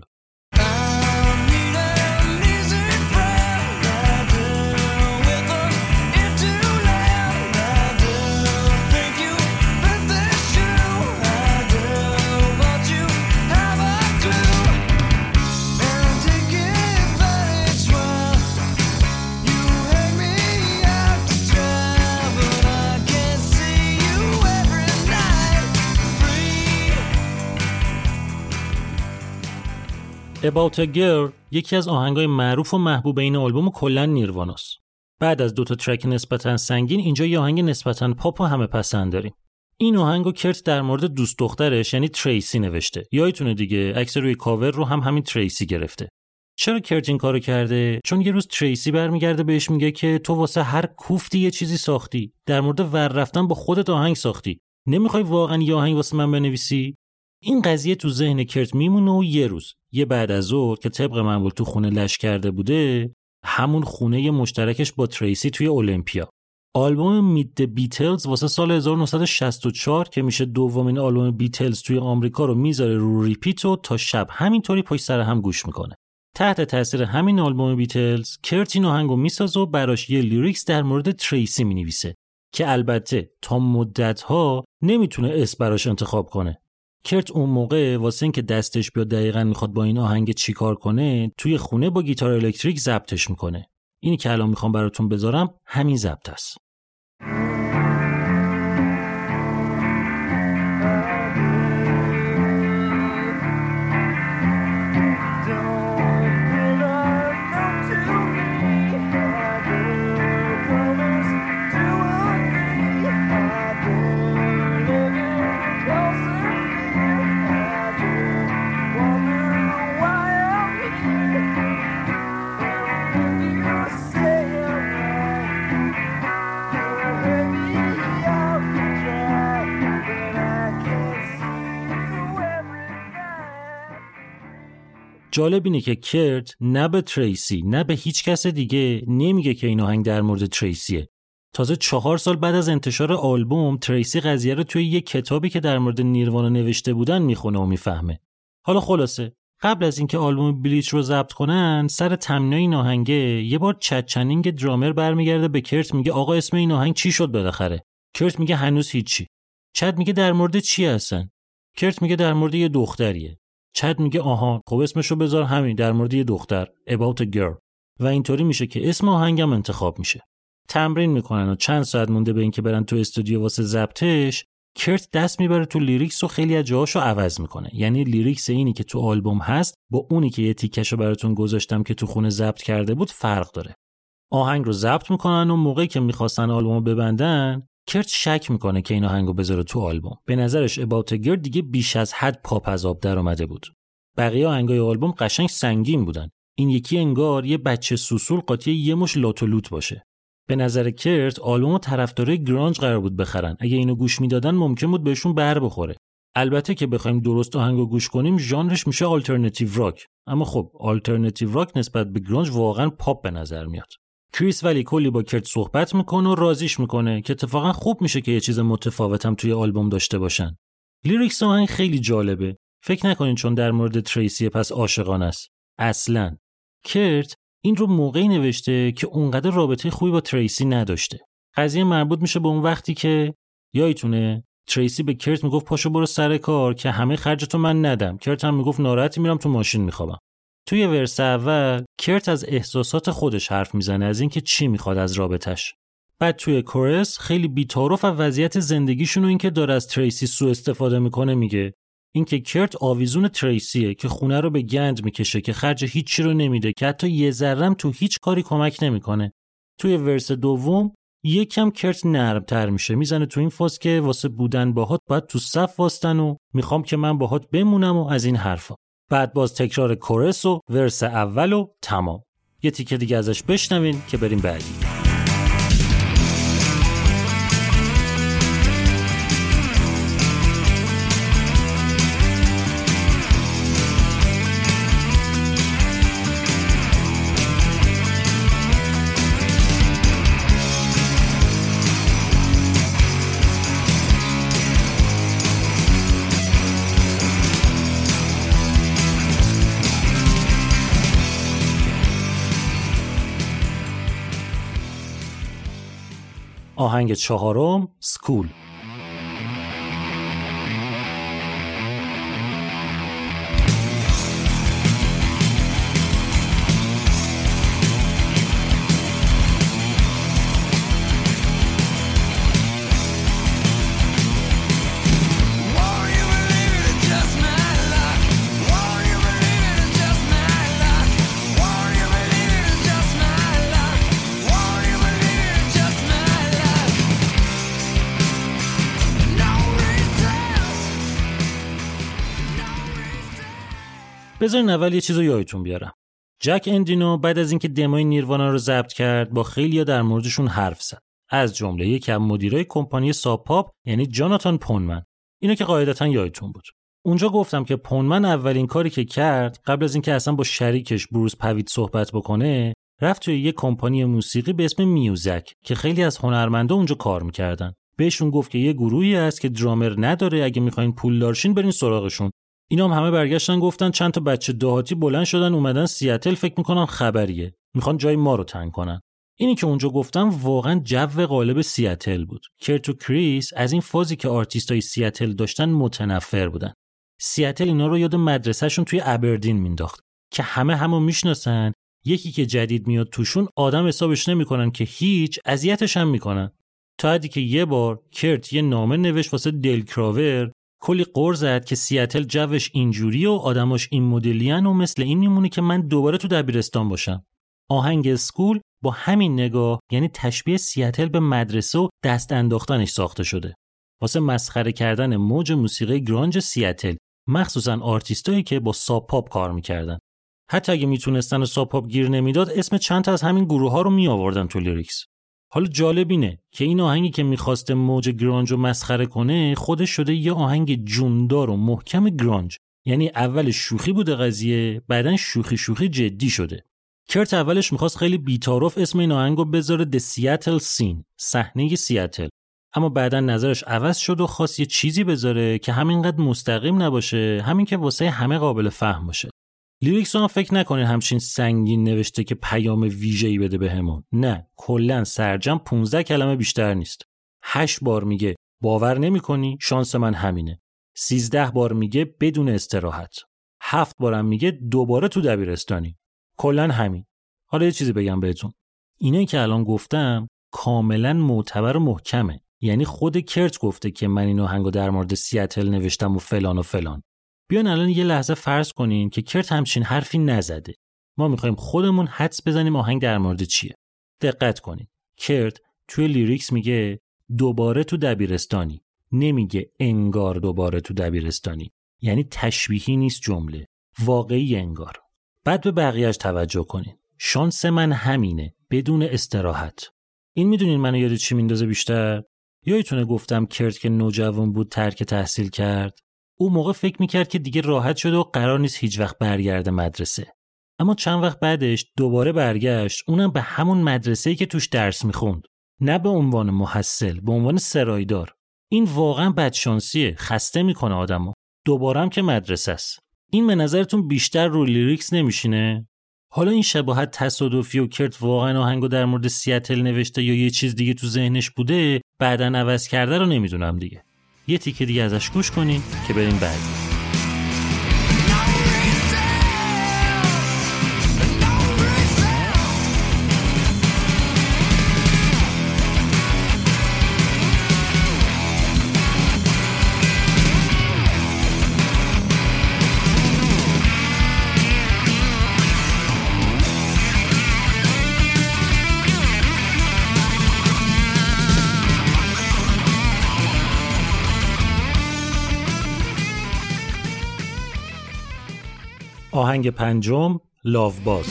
About a Girl یکی از آهنگای معروف و محبوب این آلبوم و کلاً نیرواناست. بعد از 2 ترک نسبتاً سنگین، اینجا یه آهنگ نسبتاً پاپ و همه پسند داریم. این آهنگو کرت در مورد دوست دخترش یعنی تریسی نوشته. یادتونه دیگه عکس روی کاور رو همین تریسی گرفته. چرا کرت این کارو کرده؟ چون یه روز تریسی برمیگرده بهش میگه که تو واسه هر کوفتی یه چیزی ساختی. در مورد ور رفتن با خودت آهنگ ساختی. نمیخوای واقعاً یه آهنگ واسه من بنویسی؟ این قضیه تو ذهن کرت میمونه و یه روز یه بعد از ظهر که طبق معمول تو خونه لش کرده بوده، همون خونه مشترکش با تریسی توی المپیا، آلبوم مید د بیتلز واسه سال 1964 که میشه دومین آلبوم بیتلز توی آمریکا رو میذاره رو ریپیت و تا شب همینطوری پشت سر هم گوش میکنه. تحت تاثیر همین آلبوم بیتلز کرت این آهنگو میسازه و براش یه لیریکس در مورد تریسی مینویسه که البته تا مدت‌ها نمیتونه اسم براش انتخاب کنه. کرت اون موقع واسه این که دستش بیاد دقیقاً میخواد با این آهنگ چی کار کنه، توی خونه با گیتار الکتریک ضبطش میکنه. اینی که الان میخوام براتون بذارم همین ضبط است. جالب اینه که کرت نه به تریسی نه به هیچ کس دیگه نمیگه که این آهنگ در مورد تریسیه. تازه 4 سال بعد از انتشار آلبوم تریسی قضیه رو توی یک کتابی که در مورد نیروانا نوشته بودن میخونه و میفهمه. حالا خلاصه قبل از اینکه آلبوم بلیچ رو ضبط کنن، سر تمرین این آهنگه یه بار چد چنینگ درامر برمیگرده به کرت میگه آقا اسم این آهنگ چی شد بالاخره؟ کرت میگه هنوز هیچی. چد میگه در مورد چی هستن؟ کرت میگه در مورد یه دختریه. چد میگه آها خب اسمشو بذار همین، در مورد یه دختر، About a Girl. و اینطوری میشه که اسم آهنگم انتخاب میشه. تمرین میکنن و چند ساعت مونده به اینکه برن تو استودیو واسه ضبطش، کرت دست میبره تو لیریکس و خیلی از جاهاشو عوض میکنه. یعنی لیریکس اینی که تو آلبوم هست با اونی که یه تیکشو براتون گذاشتم که تو خونه ضبط کرده بود فرق داره. آهنگ رو ضبط میکنن و موقعی که میخواستن آلبومو ببندن کرت شک میکنه که این آهنگو بذاره تو آلبوم. به نظرش About a Girl دیگه بیش از حد پاپ از آب در اومده بود. بقیه آهنگای آلبوم قشنگ سنگین بودن. این یکی انگار یه بچه سوسول قاطی یه مش لات و لوت باشه. به نظر کرت آلبومو طرفدارای گرانج قرار بود بخرن. اگه اینو گوش میدادن ممکن بود بهشون بر بخوره. البته که بخوایم درست آهنگو گوش کنیم ژانرش میشه آلترناتیو راک. اما خب آلترناتیو راک نسبت به گرانج واقعا پاپ به نظر میاد. کریس ولی کلی با کرت صحبت میکنه و راضیش میکنه که اتفاقا خوب میشه که یه چیز متفاوتم توی آلبوم داشته باشن. لیریکس آهنگ خیلی جالبه. فکر نکنین چون در مورد تریسی پس عاشقانه است. اصلاً کرت این رو موقعی نوشته که اونقدر رابطه خوبی با تریسی نداشته. قضیه مربوط میشه به اون وقتی که یادتونه تریسی به کرت میگفت پاشو برو سر کار که همه خرجتو من ندم. کرت هم میگفت ناراحتی میرم تو ماشین میخوابم. توی ورس اول کرت از احساسات خودش حرف میزنه، از اینکه چی میخواد از رابطش. بعد توی کورس خیلی بی‌تعارف از وضعیت زندگیشون و اینکه داره از تریسی سوء استفاده میکنه میگه. اینکه کرت آویزون تریسیه که خونه رو به گند میکشه، که خرج هیچی رو نمیده، که حتی یه ذرم تو هیچ کاری کمک نمیکنه. توی ورس دوم یکم کرت نرم‌تر میشه، میزنه تو این فاز که واسه بودن باهات باید تو صف واسطن و میخوام که من باهات بمونم و از این حرفا. بعد باز تکرار کورس و ورس اول و تمام. یه تیکه دیگه ازش بشنوین که بریم بعدی. آهنگ چهارم سکول. بذارین اول یه چیزو یادتون بیارم. جک اندینو بعد از اینکه دموی نیروانا رو ضبط کرد با خیلیا در موردشون حرف زد. از جمله یکی از مدیرای کمپانی ساب پاپ یعنی جاناتان پونمن. اینو که قاعدتاً یادتون بود. اونجا گفتم که پونمن اولین کاری که کرد قبل از اینکه اصلا با شریکش بروس پویت صحبت بکنه، رفت توی یه کمپانی موسیقی به اسم میوزک که خیلی از هنرمندا اونجا کار می‌کردن. بهشون گفت که یه گروهی هست که درامر نداره، اگه می‌خواین پولدار شین برین سراغشون. اینا هم همه برگشتن گفتن چند تا بچه دهاتی بلند شدن اومدن سیاتل، فکر میکنن خبریه، میخوان جای ما رو تنگ کنن. اینی که اونجا گفتم واقعا جو قالب سیاتل بود. کرت و کریس از این فازی که آرتیستای سیاتل داشتن متنفر بودن. سیاتل اینا رو یاد مدرسه‌شون توی ابردین مینداخت که همه همو میشناسن، یکی که جدید میاد توشون آدم حسابش نمیکنن که هیچ، اذیتش هم میکنن. تا حدی که یه بار کرت یه نامه نوشت واسه دل کراور، کلی قر زد که سیاتل جوش اینجوری و آدماش این مدلین و مثل این میمونه که من دوباره تو دبیرستان باشم. آهنگ اسکول با همین نگاه، یعنی تشبیه سیاتل به مدرسه و دست انداختنش ساخته شده واسه مسخره کردن موج موسیقی گرانج سیاتل، مخصوصا آرتیستایی که با ساب پاپ کار میکردن. حتی اگه میتونستن و ساب پاپ گیر نمیداد اسم چند تا از همین گروه ها رو می آوردن تو لیریکس. حالا جالب اینه که این آهنگی که میخواسته موج گرانج رو مسخره کنه خودش شده یه آهنگ جوندار و محکم گرانج. یعنی اول شوخی بوده قضیه، بعدن شوخی جدی شده. کرت اولش میخواست خیلی بی‌تعارف اسم این آهنگو بذاره The Seattle Scene، صحنه سیاتل، اما بعدن نظرش عوض شد و خواست یه چیزی بذاره که همینقدر مستقیم نباشه، همین که واسه همه قابل فهم باشه. لیریکس رو فکر نکنین همچین سنگین نوشته که پیام ویژه‌ای بده بهمون. نه، کلاً سرجم 15 کلمه بیشتر نیست. 8 بار میگه باور نمی‌کنی شانس من همینه. 13 بار میگه بدون استراحت. 7 بارم میگه دوباره تو دبیرستانی. کلاً همین. حالا یه چیزی بگم بهتون. اینایی که الان گفتم کاملاً معتبر و محکمه. یعنی خود کرت گفته که من این آهنگو در مورد سیاتل نوشتم و فلان و فلان. بیان الان یه لحظه فرض کنین که کرت همچین حرفی نزده. ما میخوایم خودمون حدس بزنیم آهنگ در مورد چیه. دقت کنین. کرت توی لیریکس میگه دوباره تو دبیرستانی، نمیگه انگار دوباره تو دبیرستانی. یعنی تشبیهی نیست جمله، واقعی انگار. بعد به بقیه‌اش توجه کنین. شانس من همینه، بدون استراحت. این میدونین منو یاد چی میندازه بیشتر؟ یادتونه گفتم کرت که نوجوان بود ترک تحصیل کرد؟ اون موقع فکر میکرد که دیگه راحت شده و قرار نیست هیچ وقت برگرده مدرسه. اما چند وقت بعدش دوباره برگشت، اونم به همون مدرسه‌ای که توش درس میخوند. نه به عنوان محصل، به عنوان سرایدار. این واقعا بدشانسیه، خسته میکنه آدمو. دوباره هم که مدرسه است. این به نظرتون بیشتر رو لیریکس نمیشینه؟ حالا این شباهت تصادفی و کرت واقعا آهنگو در مورد سیاتل نوشته یا یه چیز دیگه تو ذهنش بوده بعداً عوض کرده رو نمیدونم دیگه. یه تیکه دیگه ازش گوش کنین که بریم بعد. آهنگ پنجم، لاو باز.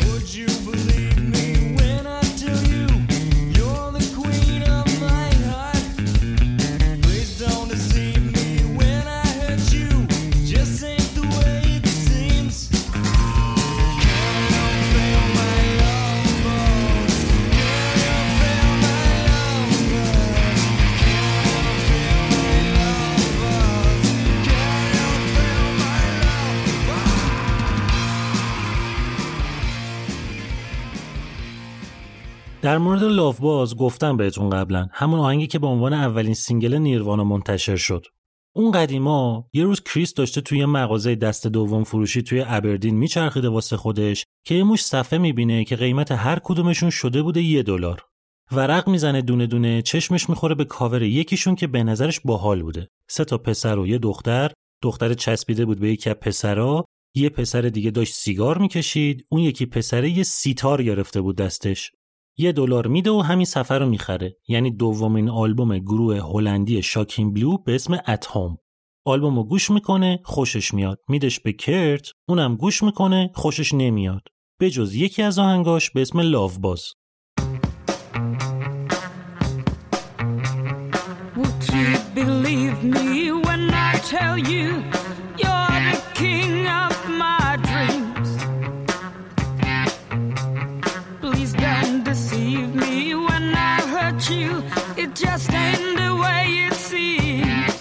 در مورد لاو باز گفتم بهتون قبلا، همون آهنگی که به عنوان اولین سینگل نیروانا منتشر شد. اون قدیما یه روز کریس داشته توی مغازه دست دوم فروشی توی ابردین میچرخیده واسه خودش که یه مش صفحه میبینه که قیمت هر کدومشون شده بوده $1. ورق میزنه دونه دونه، چشمش میخوره به کاور یکیشون که به نظرش باحال بوده. 3 پسر و یه دختر چسبیده بود به یکی از پسرا، یه پسر دیگه داشت سیگار میکشید، اون یکی پسره یه سیتار گرفته بود دستش. $1 میده و همین سفر رو میخره. یعنی دومین آلبوم گروه هلندی شاکینگ بلو به اسم ات هوم. آلبومو گوش میکنه، خوشش میاد، میدش به کرت، اونم گوش میکنه، خوشش نمیاد. به جز یکی از آهنگاش به اسم لاو باز. Would you believe me when I tell you you're the king of my dreams? Please don't deceive me when I hurt you. It just ain't the way it seems.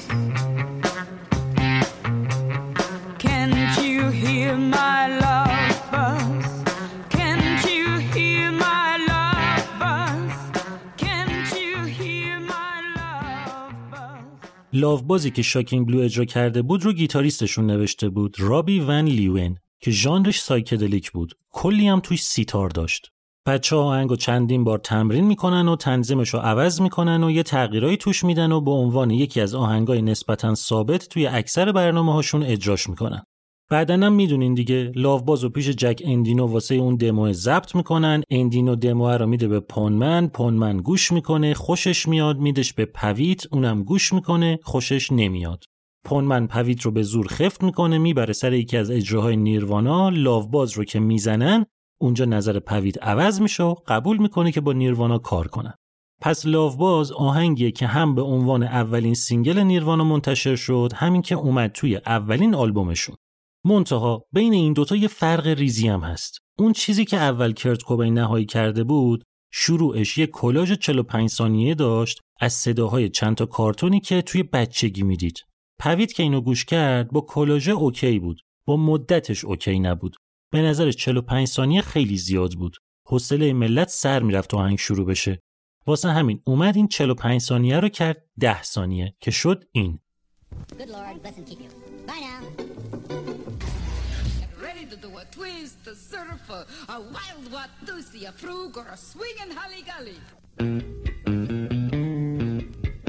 Can't you hear my love buzz? Can't you hear my love buzz? Can't you hear my love buzz? لاو بازی که شاکینگ بلو اجرا کرده بود رو گیتاریستشون نوشته بود، رابی ون لیون، که ژانرش سایکدلیک بود. کلی هم توش سیتار داشت. بچه‌ها آهنگو چندین بار تمرین میکنن و تنظیمشو عوض میکنن و یه تغییرایی توش میدن و به عنوان یکی از آهنگای نسبتاً ثابت توی اکثر برنامه‌هاشون اجراش میکنن. بعدن هم میدونین دیگه، لاو بازو پیش جک اندینو واسه اون دمو ضبط میکنن. اندینو دمو رو میده به پونمن گوش میکنه، خوشش میاد، میدش به پویت، اونم گوش میکنه، خوشش نمیاد. پونمن پویت رو به زور خفت میکنه، میبره سر یکی از اجراهای نیروانا. لاو باز رو که میزنن، اونجا نظر پویت عوض میشه و قبول میکنه که با نیروانا کار کنه. پس لاو باز آهنگیه که هم به عنوان اولین سینگل نیروانا منتشر شد، همین که اومد توی اولین آلبومشون. منتها بین این دوتا یه فرق ریزی هم هست. اون چیزی که اول کرت کوبین نهایی کرده بود، شروعش یه کلاژ 45 ثانیه داشت از صداهای چند تا کارتونی که توی بچگی میدید. پویت که اینو گوش کرد با کلاژ اوکی بود، با مدتش اوکی نبود. به نظرش 45 ثانیه خیلی زیاد بود. حوصله ملت سر میرفت آهنگ شروع بشه. واسه همین اومد این 45 ثانیه رو کرد 10 ثانیه که شد این. Good Lord, bless and keep you. Bye now. Get ready to do a twist, a surf, a wild watusi, a frug or a swingin' holly-golly.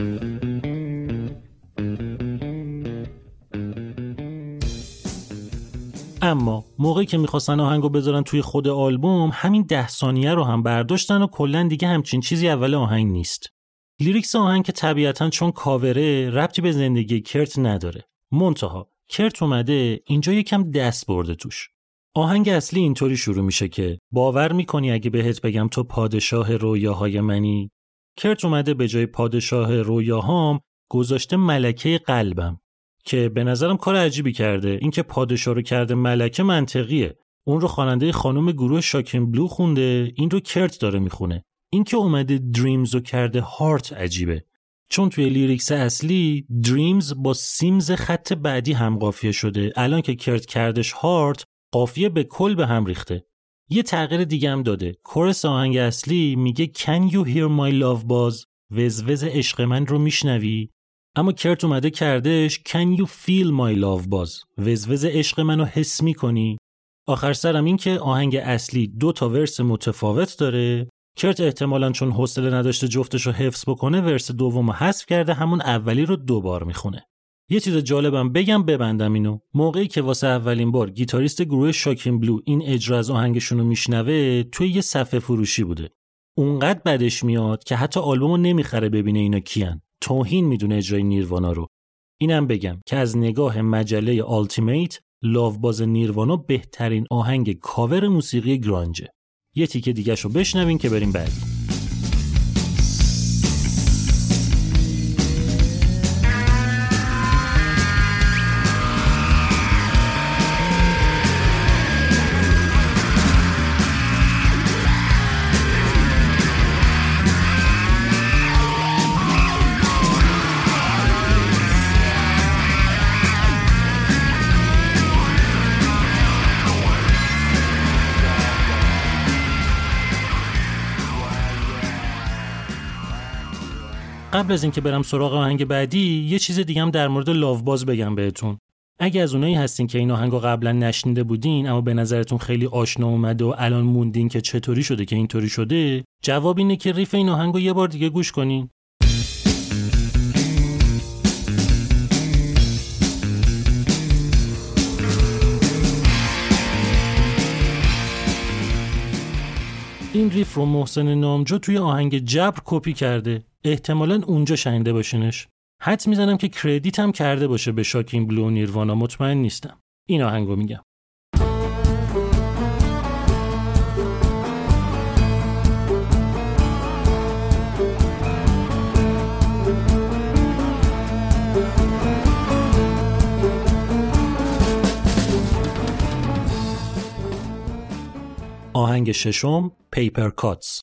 اما موقعی که میخواستن آهنگو بذارن توی خود آلبوم، همین 10 ثانیه رو هم برداشتن و کلاً دیگه همچین چیزی اول آهنگ نیست. لیریکس آهنگ که طبیعتاً چون کاوره ربطی به زندگی کرت نداره. منتها کرت اومده اینجا یکم دست برده توش. آهنگ اصلی اینطوری شروع میشه که باور میکنی اگه بهت بگم تو پادشاه رویاهای منی؟ کرت اومده به جای پادشاه رویاهام گذاشته ملکه قلبم، که به نظرم کار عجیبی کرده. این که پادشاه رو کرده ملکه منطقیه. اون رو خواننده خانم گروه شاکین بلو خونده، این رو کرت داره میخونه. این که اومده دریمز رو کرده هارت عجیبه، چون توی لیریکس اصلی دریمز با سیمز خط بعدی هم قافیه شده. الان که کرت کردش هارت، قافیه به کل به هم ریخته. یه تغییر دیگه هم داده. کورس آهنگ اصلی میگه Can you hear my love buzz؟ وزوز عشق من رو میشنوی؟ اما کرت اومده کردش Can you feel my love buzz؟ وزوز عشق منو حس میکنی؟ آخر سرم این که آهنگ اصلی 2 تا ورس متفاوت داره. کرت احتمالاً چون حوصله نداشته جفتشو حفظ بکنه، ورس دومو حذف کرده، همون اولی رو 2 بار میخونه. یه چیز جالبم بگم ببندم اینو. موقعی که واسه اولین بار گیتاریست گروه شاکین بلو این اجرا از آهنگشون رو میشنوه، توی یه صفحه فروشی بوده. اونقدر بدش میاد که حتی آلبومو نمیخره ببینه اینا کیان. توهین میدونه اجرای نیروانا رو. اینم بگم که از نگاه مجله آلتیمیت، لاو باز نیروانا بهترین آهنگ کاور موسیقی گرانجه. یه تیکه دیگه شو بشنوین که بریم بعدی. قبل از اینکه برم سراغ آهنگ بعدی، یه چیز دیگه هم در مورد لاو باز بگم بهتون. اگه از اونایی هستین که این آهنگو قبلا نشنیده بودین اما به نظرتون خیلی آشنا اومده و الان موندین که چطوری شده که اینطوری شده، جواب اینه که ریف این آهنگو یه بار دیگه گوش کنین. این ریف رو محسن نامجو توی آهنگ جبر کپی کرده. احتمالاً اونجا شنیده باشینش. حدس میزنم که کردیت هم کرده باشه به شاکین بلو و نیروانا، مطمئن نیستم. این آهنگو میگم. آهنگ ششم، پیپر کاتس.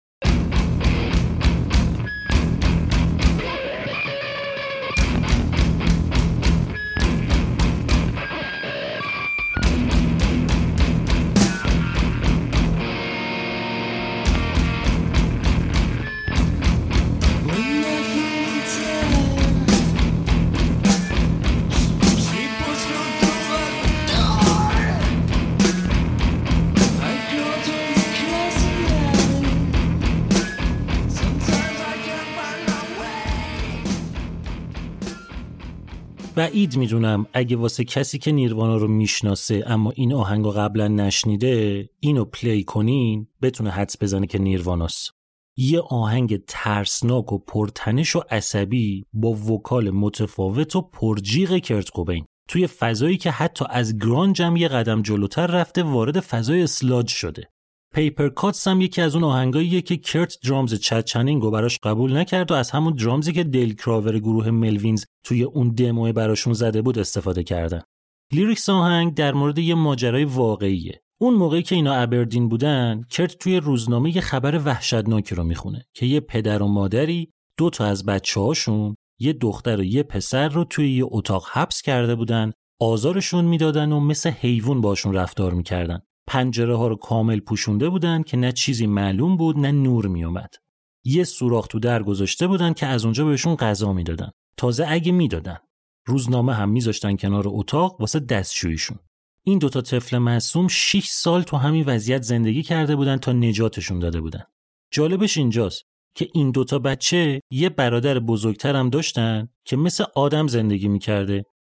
بعید میدونم اگه واسه کسی که نیروانا رو میشناسه اما این آهنگو قبلا نشنیده اینو پلی کنین بتونه حدس بزنه که نیرواناست. یه آهنگ ترسناک و پرتنش و عصبی با وکال متفاوت و پرجیغ کرت کوبین توی فضایی که حتی از گرانج هم یه قدم جلوتر رفته وارد فضای اسلاج شده. پیپر کاتس هم یکی از اون آهنگاییه که کرت درامز چد چنینگو براش قبول نکرد و از همون درامزی که دیل کراور گروه ملوینز توی اون دمو براشون زده بود استفاده کردن. لیریکس آهنگ در مورد یه ماجرای واقعیه. اون موقعی که اینا ابردین بودن، کرت توی روزنامه یه خبر وحشتناکی رو میخونه که یه پدر و مادری 2 تا از بچه‌هاشون، یه دختر و یه پسر رو توی یه اتاق حبس کرده بودن، آزارشون میدادن و مثل حیوان باشون رفتار میکردن. پنجره ها رو کامل پوشونده بودن که نه چیزی معلوم بود نه نور می اومد. یه سوراخ تو در گذاشته بودن که از اونجا بهشون غذا میدادن. تازه اگه میدادن. روزنامه هم میذاشتن کنار اتاق واسه دستشوییشون. این 2 تا طفل معصوم 6 سال تو همین وضعیت زندگی کرده بودن تا نجاتشون داده بودن. جالبش اینجاست که این 2 تا بچه یه برادر بزرگتر هم داشتن که مثل آدم زندگی میکرده.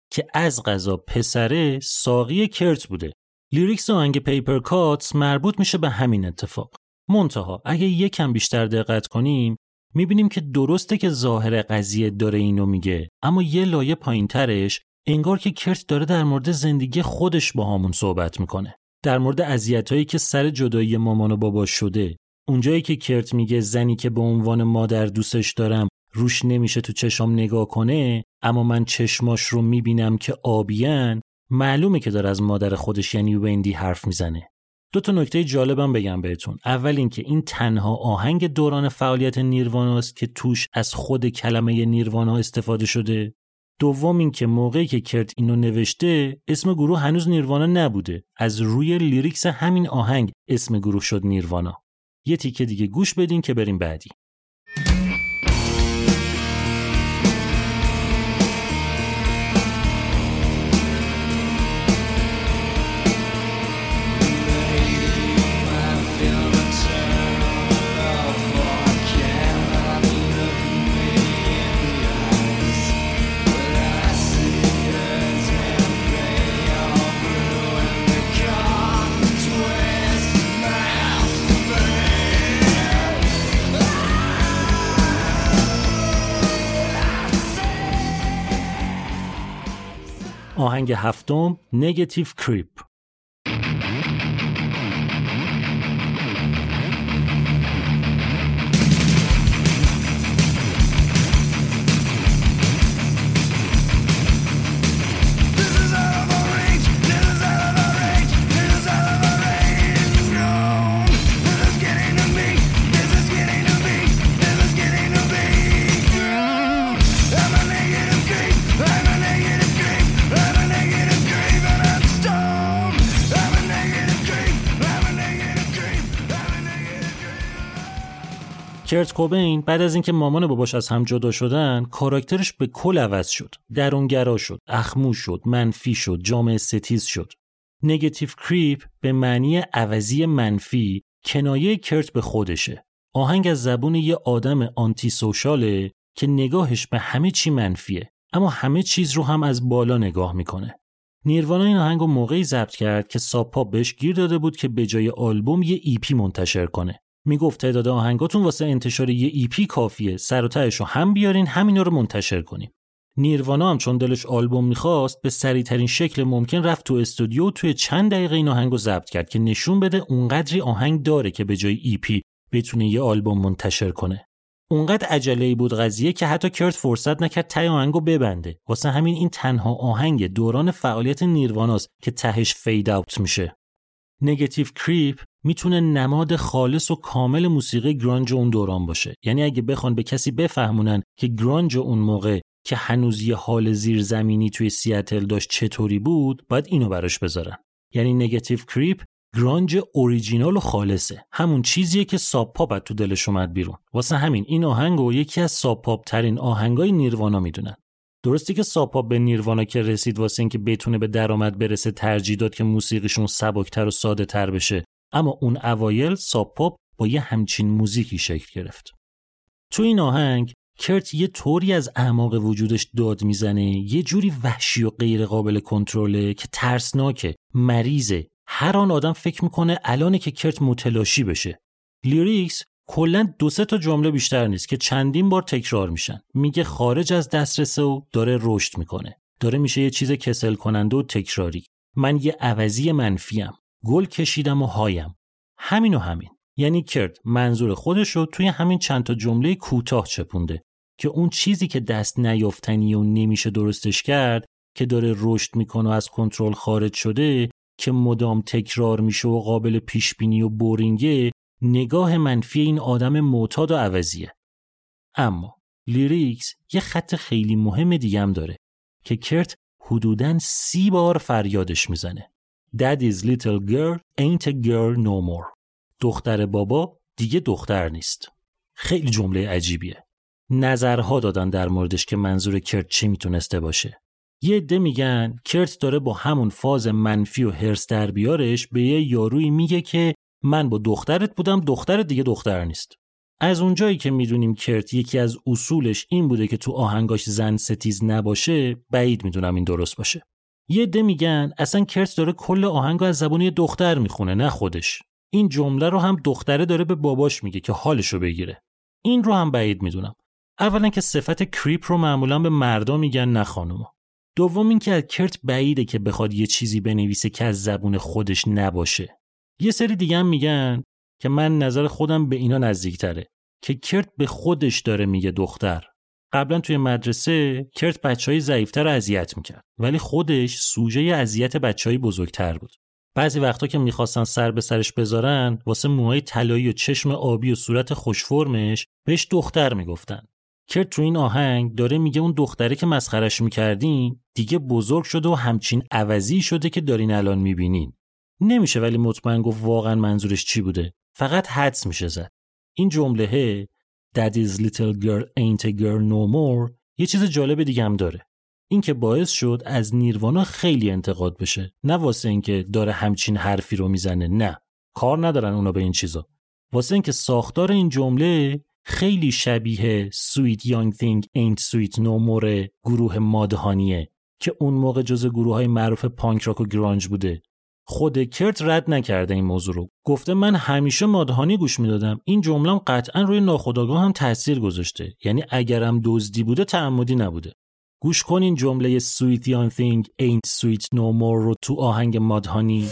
که از قضا پسره ساقی کرت بوده. لیریکس آهنگ پیپر کاتس مربوط میشه به همین اتفاق. منتها اگه یکم بیشتر دقت کنیم میبینیم که درسته که ظاهر قضیه داره اینو میگه، اما یه لایه پایین‌ترش انگار که کرت داره در مورد زندگی خودش با همون صحبت میکنه. در مورد اذیتایی که سر جدایی مامان و بابا شده. اونجایی که کرت میگه زنی که به عنوان مادر دوستش دارم روش نمیشه تو چشام نگاه کنه، اما من چشماش رو میبینم که آبیان، معلومه که داره از مادر خودش یعنی وندی حرف میزنه. 2 نکته جالبم بگم بهتون. اول این که این تنها آهنگ دوران فعالیت نیرواناست که توش از خود کلمه نیروانا استفاده شده. دوم این که موقعی که کرت اینو نوشته اسم گروه هنوز نیروانا نبوده. از روی لیریکس همین آهنگ اسم گروه شد نیروانا. یه تیکه دیگه گوش بدین که بریم بعدی. آهنگ هفتم نگاتیو کریپ. کرت کوبین بعد از اینکه مامان و باباش از هم جدا شدن، کاراکترش به کل عوض شد. درونگرا شد، اخموش شد، منفی شد، جامعه ستیز شد. نگاتیو کریپ به معنی عوضی منفی کنایه کرت به خودشه. آهنگ از زبون یه آدم آنتی سوشاله که نگاهش به همه چی منفیه، اما همه چیز رو هم از بالا نگاه میکنه. نیروانا این آهنگ رو موقعی ضبط کرد که ساب پاپ بهش گیر داده بود که به جای آلبوم یه ایپی منتشر کنه. میگفت تعداد آهنگاتون واسه انتشار یه ایپی کافیه، سر و تهش رو هم بیارین همینا رو منتشر کنیم. نیروانا هم چون دلش آلبوم میخواست به سریعترین شکل ممکن رفت تو استودیو، توی چند دقیقه این آهنگ رو ضبط کرد که نشون بده اونقدری آهنگ داره که به جای ایپی بتونه یه آلبوم منتشر کنه. اونقدر عجله‌ای بود قضیه که حتی کرت فرصت نکرد ته آهنگو ببنده. واسه همین این تنها آهنگ دوران فعالیت نیرواناست که تهش فید اوت میشه. نگاتیو کریپ میتونه نماد خالص و کامل موسیقی گرانج اون دوران باشه. یعنی اگه بخوان به کسی بفهمونن که گرانج اون موقع که هنوز یه حال زیرزمینی توی سیاتل داشت چطوری بود، باید اینو براش بذارن. یعنی نگاتیو کریپ گرانج اوریجینال و خالصه، همون چیزیه که ساب پاپ تو دلش اومد بیرون. واسه همین این آهنگو یکی از ساب پاپ ترین آهنگای نیروانا میدونن. درستی که ساب پاپ به نیروانا که رسید واسه اینکه بتونه به درآمد برسه ترجیح داد که موسیقیشون سبک‌تر و ساده‌تر بشه، اما اون اوایل ساب پاپ با یه همچین موزیکی شکل گرفت. تو این آهنگ کرت یه طوری از اعماق وجودش داد میزنه، یه جوری وحشی و غیر قابل کنترله که ترسناکه، مریضه. هر آن آدم فکر میکنه الانه که کرت متلاشی بشه. لیریکس کلاً 2-3 تا جمله بیشتر نیست که چندین بار تکرار میشن. میگه خارج از دسترسه و داره رشد میکنه. داره میشه یه چیز کسل کننده و تکراری. من یه عوضی منفیم. گل کشیدم و هایم. همین و همین. یعنی کرت منظور خودش رو توی همین چند تا جمله کوتاه چپونده که اون چیزی که دست نیافتنی و نمیشه درستش کرد، که داره رشد میکنه و از کنترل خارج شده، که مدام تکرار میشه و قابل پیش بینی و بورینگه، نگاه منفی این آدم معتاد و عوضیه. اما لیریکس یه خط خیلی مهم دیگه هم داره که کرت حدوداً 30 بار فریادش میزنه. Daddy's little girl ain't a girl no more. دختر بابا دیگه دختر نیست. خیلی جمله عجیبیه. نظرها دادن در موردش که منظور کرت چی میتونسته باشه. یه عده میگن کرت داره با همون فاز منفی و هرس در بیارش به یه یارویی میگه که من با دخترت بودم، دخترت دیگه دختر نیست. از اونجایی که میدونیم کرت یکی از اصولش این بوده که تو آهنگاش زن ستیز نباشه، بعید میدونم این درست باشه. یه عده میگن اصلا کرت داره کل آهنگو از زبون یه دختر میخونه، نه خودش. این جمله رو هم دختره داره به باباش میگه که حالشو بگیره. این رو هم بعید میدونم. اولا که صفت کریپ رو معمولا به مردا میگن، نه خانوما. دوم این که از کرت بعیده که بخواد یه چیزی بنویسه که از زبون خودش نباشه. یه سری دیگه هم میگن که من نظر خودم به اینا نزدیکتره که کرت به خودش داره میگه دختر. قبلا توی مدرسه کرت بچهای ضعیف‌تر رو اذیت میکرد، ولی خودش سوژه اذیت بچهای بزرگتر بود. بعضی وقتا که میخواستن سر به سرش بذارن، واسه موهای طلایی و چشم آبی و صورت خوشفرمش بهش دختر میگفتن. کرت تو این آهنگ داره میگه اون دختره که مسخرش میکردین دیگه بزرگ شده و همچین عوضی شده که دارین الان میبینین. نمیشه ولی مطمئن گفت واقعا منظورش چی بوده. فقط حدس میشه زد. این جمله Daddy's little girl ain't a girl no more یه چیز جالب دیگه هم داره. این که باعث شد از نیروانا خیلی انتقاد بشه. نه واسه این که داره همچین حرفی رو میزنه، نه. کار ندارن اونا به این چیزا. واسه این که ساختار این جمله خیلی شبیه Sweet Young Thing Ain't Sweet No More گروه مادهانیه که اون موقع جزو گروه‌های معروف پانک راک و گرانج بوده. خود کرت رد نکرده این موضوع رو. گفته من همیشه مادهانی گوش میدادم. این جمله‌ام قطعاً روی ناخودآگاه هم تاثیر گذاشته. یعنی اگرم دزدی بوده تعمدی نبوده. گوش کنین جمله Sweet Young Thing Ain't Sweet No More رو تو آهنگ مادهانی.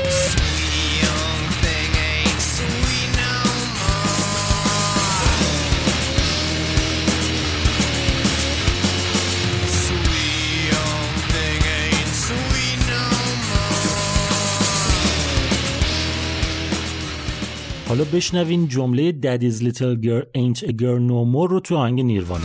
حالا بشنوین جمله Daddy's little girl ain't a girl no more رو تو آهنگ نیروانا.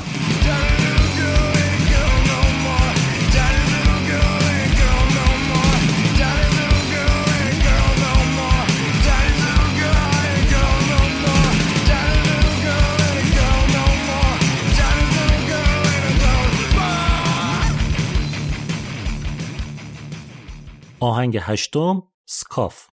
آهنگ هشتم سکاف.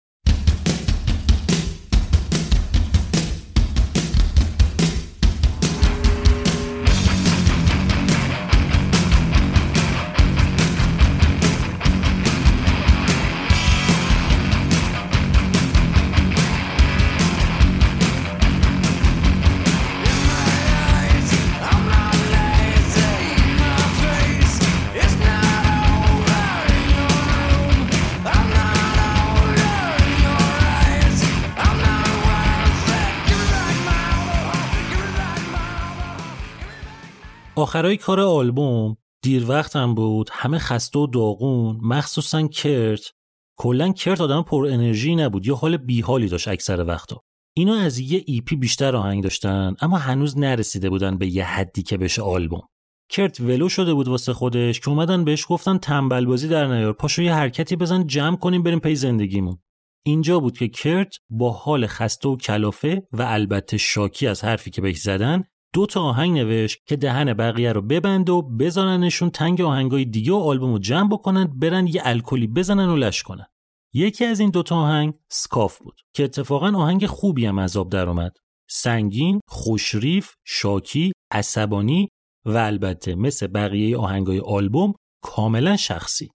آخرای کار آلبوم دیر وقت هم بود، همه خسته و داغون، مخصوصا کرت. کلا کرت آدم پر انرژی نبود، یه حال بیحالی داشت اکثر وقتا. اینا از یه ایپی بیشتر آهنگ داشتن اما هنوز نرسیده بودن به یه حدی که بشه آلبوم. کرت ولو شده بود واسه خودش که اومدن بهش گفتن تنبل بازی در نیار، پاشو یه حرکتی بزن جمع کنیم بریم پی زندگیمون. اینجا بود که کرت با حال خسته و کلافه و البته شاکی از حرفی که بهش زدن 2 تا آهنگ نوشت که دهن بقیه رو ببند و بذارنشون تنگ آهنگای دیگه و آلبومو جمع بکنن، برن یه الکلی بزنن و لش کنن. یکی از این 2 تا آهنگ سکاف بود که اتفاقا آهنگ خوبی هم از آب در اومد. سنگین، خوشریف، شاکی، عصبانی و البته مثل بقیه آهنگای آلبوم کاملا شخصی.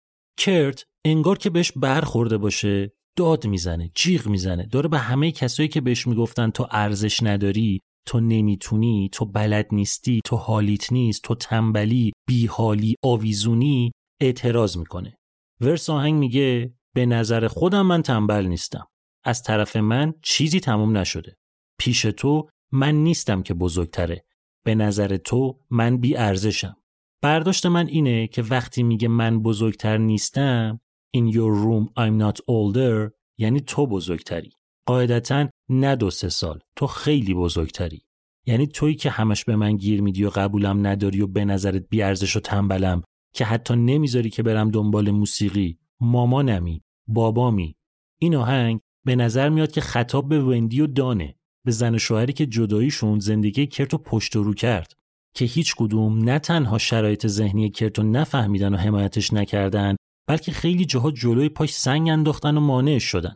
کرت انگار که بهش برخورده باشه داد میزنه، جیغ میزنه، داره به همه کسایی که بهش میگفتن تو ارزش نداری، تو نمیتونی، تو بلد نیستی، تو حالیت نیست، تو تنبلی، بیحالی، آویزونی اعتراض میکنه. ورس آهنگ میگه به نظر خودم من تنبل نیستم. از طرف من چیزی تموم نشده. پیش تو من نیستم که بزرگتره. به نظر تو من بی ارزشم. برداشت من اینه که وقتی میگه من بزرگتر نیستم In your room I'm not older یعنی تو بزرگتری. قاعدتاً نه 2-3 سال، تو خیلی بزرگتری. یعنی تویی که همش به من گیر میدی و قبولم نداری و به نظرت بیارزش و تنبلم که حتی نمیذاری که برم دنبال موسیقی، مامانمی، بابامی. این آهنگ به نظر میاد که خطاب به وندی و دانه، به زن و شوهری که جداییشون زندگی کرتو پشت و رو کرد، که هیچ کدوم نه تنها شرایط ذهنی کرتو نفهمیدن و حمایتش نکردن، بلکه خیلی جاها جلوی پاش سنگ انداختن و مانعش شدن.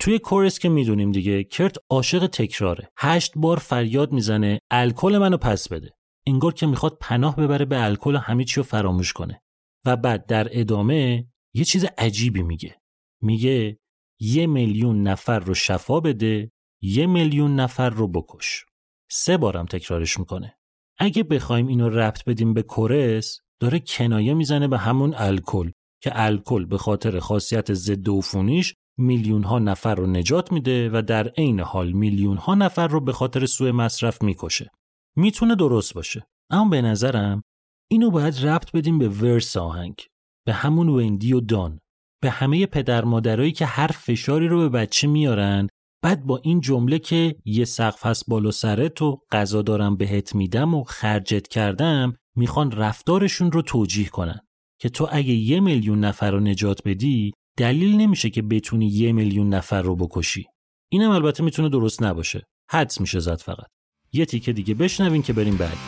توی کورس که میدونیم دیگه کرت عاشق تکراره. 8 بار فریاد میزنه الکل منو پس بده. انگار که میخواد پناه ببره به الکل و همه چی رو فراموش کنه. و بعد در ادامه یه چیز عجیبی میگه 1,000,000 نفر رو شفا بده، 1,000,000 نفر رو بکش. 3 بارم تکرارش میکنه. اگه بخوایم اینو ربط بدیم به کورس، داره کنایه میزنه به همون الکل که الکل به خاطر خاصیت ضد عفونیش میلیون‌ها نفر رو نجات میده و در عین حال میلیون‌ها نفر رو به خاطر سوء مصرف میکشه. میتونه درست باشه، اما به نظرم اینو باید ربط بدیم به ورس آهنگ، به همون وندی و دان، به همه پدر مادرایی که هر فشاری رو به بچه میارن، بعد با این جمله که یه سقف هست بالا سرت و غذا دارم بهت میدم و خرجت کردم، میخوان رفتارشون رو توجیه کنن که تو اگه 1,000,000 نفر رو نجات بدی، دلیل نمیشه که بتونی 1,000,000 نفر رو بکشی. اینم البته میتونه درست نباشه، حدس میشه زد. فقط یه تیکه دیگه بشنوین که بریم بعد.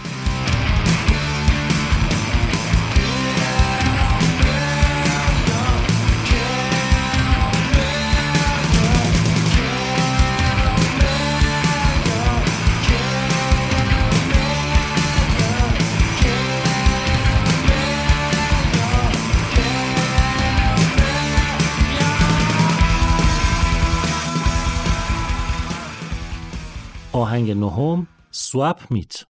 آهنگ نهم سواب میت.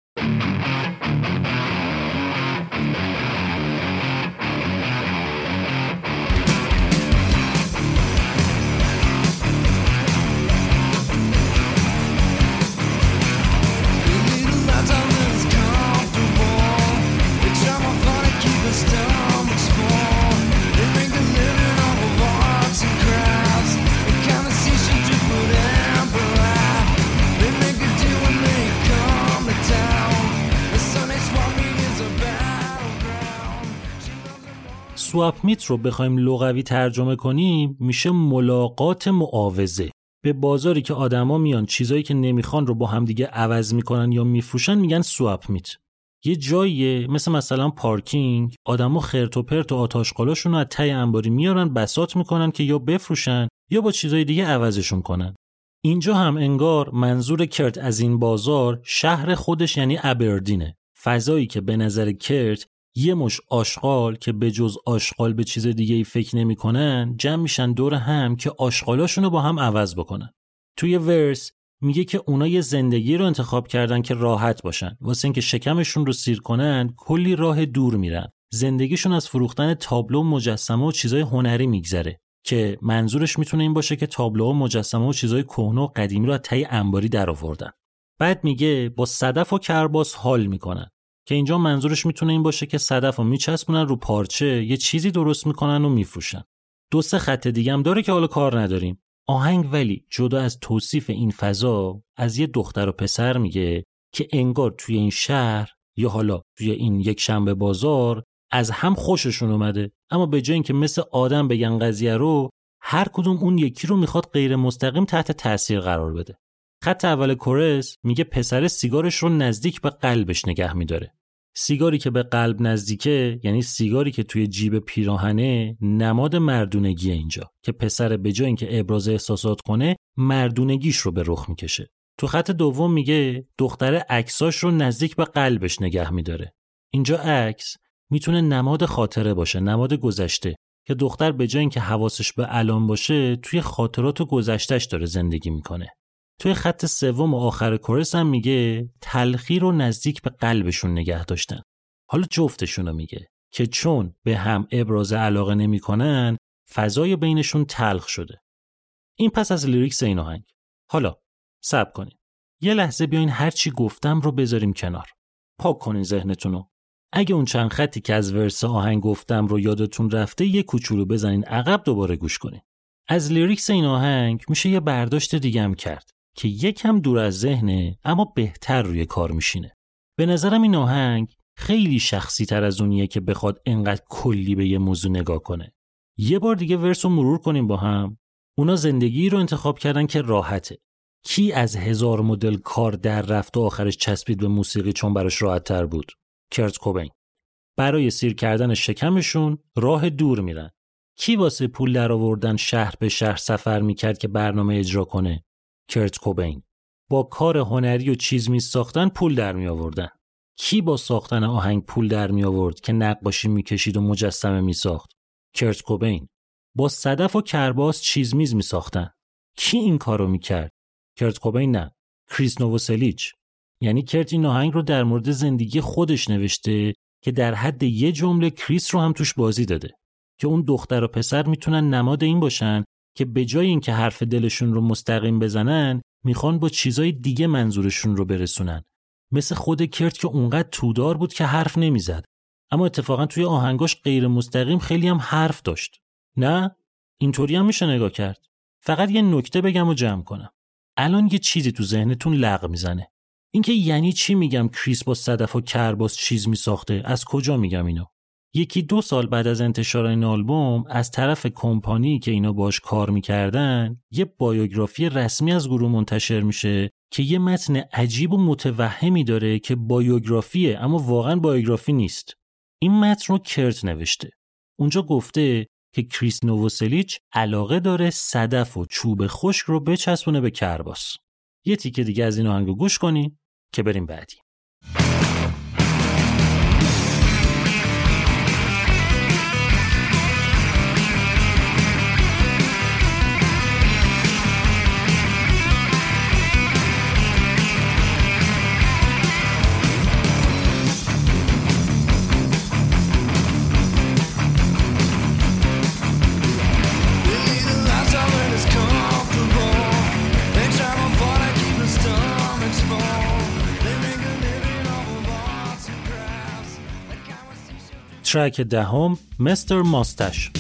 سواب میت رو بخوایم لغوی ترجمه کنیم میشه ملاقات معاوضه. به بازاری که آدما میان چیزایی که نمیخوان رو با هم دیگه عوض میکنن یا میفروشن میگن سواب میت. یه جاییه مثلا پارکینگ، آدما خرت و پرت و آتاشقالاشون رو از ته انباری میارن بساط میکنن که یا بفروشن یا با چیزای دیگه عوضشون کنن. اینجا هم انگار منظور کرت از این بازار شهر خودش یعنی ابردینه. فضایی که به نظر کرت یه مش آشغال که به جز آشغال به چیز دیگه ای فکر نمی کنن جمع میشن دور هم که آشغالاشونو با هم عوض بکنن. توی ورس میگه که اونا یه زندگی رو انتخاب کردن که راحت باشن، واسه اینکه شکمشون رو سیر کنن کلی راه دور میرن. زندگیشون از فروختن تابلو، مجسمه و چیزای هنری میگذره که منظورش میتونه این باشه که تابلو و مجسمه و چیزای کهنه و قدیمی رو از ته انباری در آوردن. بعد میگه با صدف و کرباس حال میکنن که اینجا منظورش میتونه این باشه که صدف رو میچسبونن رو پارچه، یه چیزی درست میکنن و میفروشن. 2-3 خط دیگه هم داره که حالا کار نداریم. آهنگ ولی جدا از توصیف این فضا از یه دختر و پسر میگه که انگار توی این شهر یا حالا توی این یک شنبه بازار از هم خوششون اومده، اما به جای اینکه مثل آدم بگن قضیه رو، هر کدوم اون یکی رو میخواد غیر مستقیم تحت تاثیر قرار بده. خط اول کورس میگه پسر سیگارش رو نزدیک به قلبش نگه میداره. سیگاری که به قلب نزدیکه یعنی سیگاری که توی جیب پیراهنه، نماد مردونگیه اینجا که پسر به جای اینکه ابراز احساسات کنه مردونگیش رو به رخ میکشه. تو خط دوم میگه دختر عکساش رو نزدیک به قلبش نگه میداره. اینجا عکس میتونه نماد خاطره باشه، نماد گذشته، که دختر به جای اینکه حواسش به الان باشه توی خاطرات و گذشتهش داره زندگی میکنه. توی خط سوم و آخر کورس هم میگه تلخی رو نزدیک به قلبشون نگه داشتن. حالا جفتشون رو میگه که چون به هم ابراز علاقه نمی کنن فضای بینشون تلخ شده. این پس از لیریکس این آهنگ. حالا صبر کنین. یه لحظه بیاین هرچی گفتم رو بذاریم کنار. پاک کنین ذهنتونو. اگه اون چند خطی که از ورس آهنگ گفتم رو یادتون رفته یه کوچولو بزنین عقب دوباره گوش کنین. از لیریکس این آهنگ میشه یه برداشت دیگه هم کرد که یکم دور از ذهنه اما بهتر روی کار میشینه. به نظرم این آهنگ خیلی شخصی تر از اونیه که بخواد انقدر کلی به یه موضوع نگاه کنه. یه بار دیگه ورس رو مرور کنیم با هم. اونا زندگی رو انتخاب کردن که راحته. کی از 1000 مدل کار در رفت و آخرش چسبید به موسیقی چون براش راحت تر بود؟ کرت کوبین. برای سیر کردن شکمشون راه دور میرن. کی واسه پول در آوردن شهر به شهر سفر میکرد که برنامه اجرا کنه؟ کرت کوبین. با کار هنری و چیز می ساختن پول در می آوردن. کی با ساختن آهنگ پول در می آورد که نقاشی می کشید و مجسمه می ساخت؟ کرت کوبین. با صدف و کرباس چیز میز می ساختن. کی این کارو می کرد؟ کرت کوبین نه. کریس نووسلیچ. یعنی کرت این آهنگ رو در مورد زندگی خودش نوشته که در حد یه جمله کریس رو هم توش بازی داده که اون دختر و پسر میتونن نماد این باشن که به جای اینکه حرف دلشون رو مستقیم بزنن میخوان با چیزای دیگه منظورشون رو برسونن. مثل خود کرت که اونقدر تودار بود که حرف نمیزد، اما اتفاقا توی آهنگاش غیر مستقیم خیلی هم حرف داشت. نه؟ اینطوری هم میشه نگاه کرد. فقط یه نکته بگم و جمع کنم. الان یه چیزی تو ذهنتون لغو میزنه. اینکه یعنی چی میگم کریس با صدف و کرباس چیز میساخته؟ از کجا میگم اینو؟ 1-2 سال بعد از انتشار این آلبوم از طرف کمپانی که اینا باش کار میکردن یه بایوگرافی رسمی از گروه منتشر میشه که یه متن عجیب و متوهمی داره که بایوگرافیه اما واقعا بایوگرافی نیست. این متن رو کرت نوشته. اونجا گفته که کریس نووسلیچ علاقه داره صدف و چوب خشک رو بچسبونه به کرباس. یه تیکه دیگه از این آهنگ رو گوش کنی که بریم بعدی. ترک دهم مستر ماستش.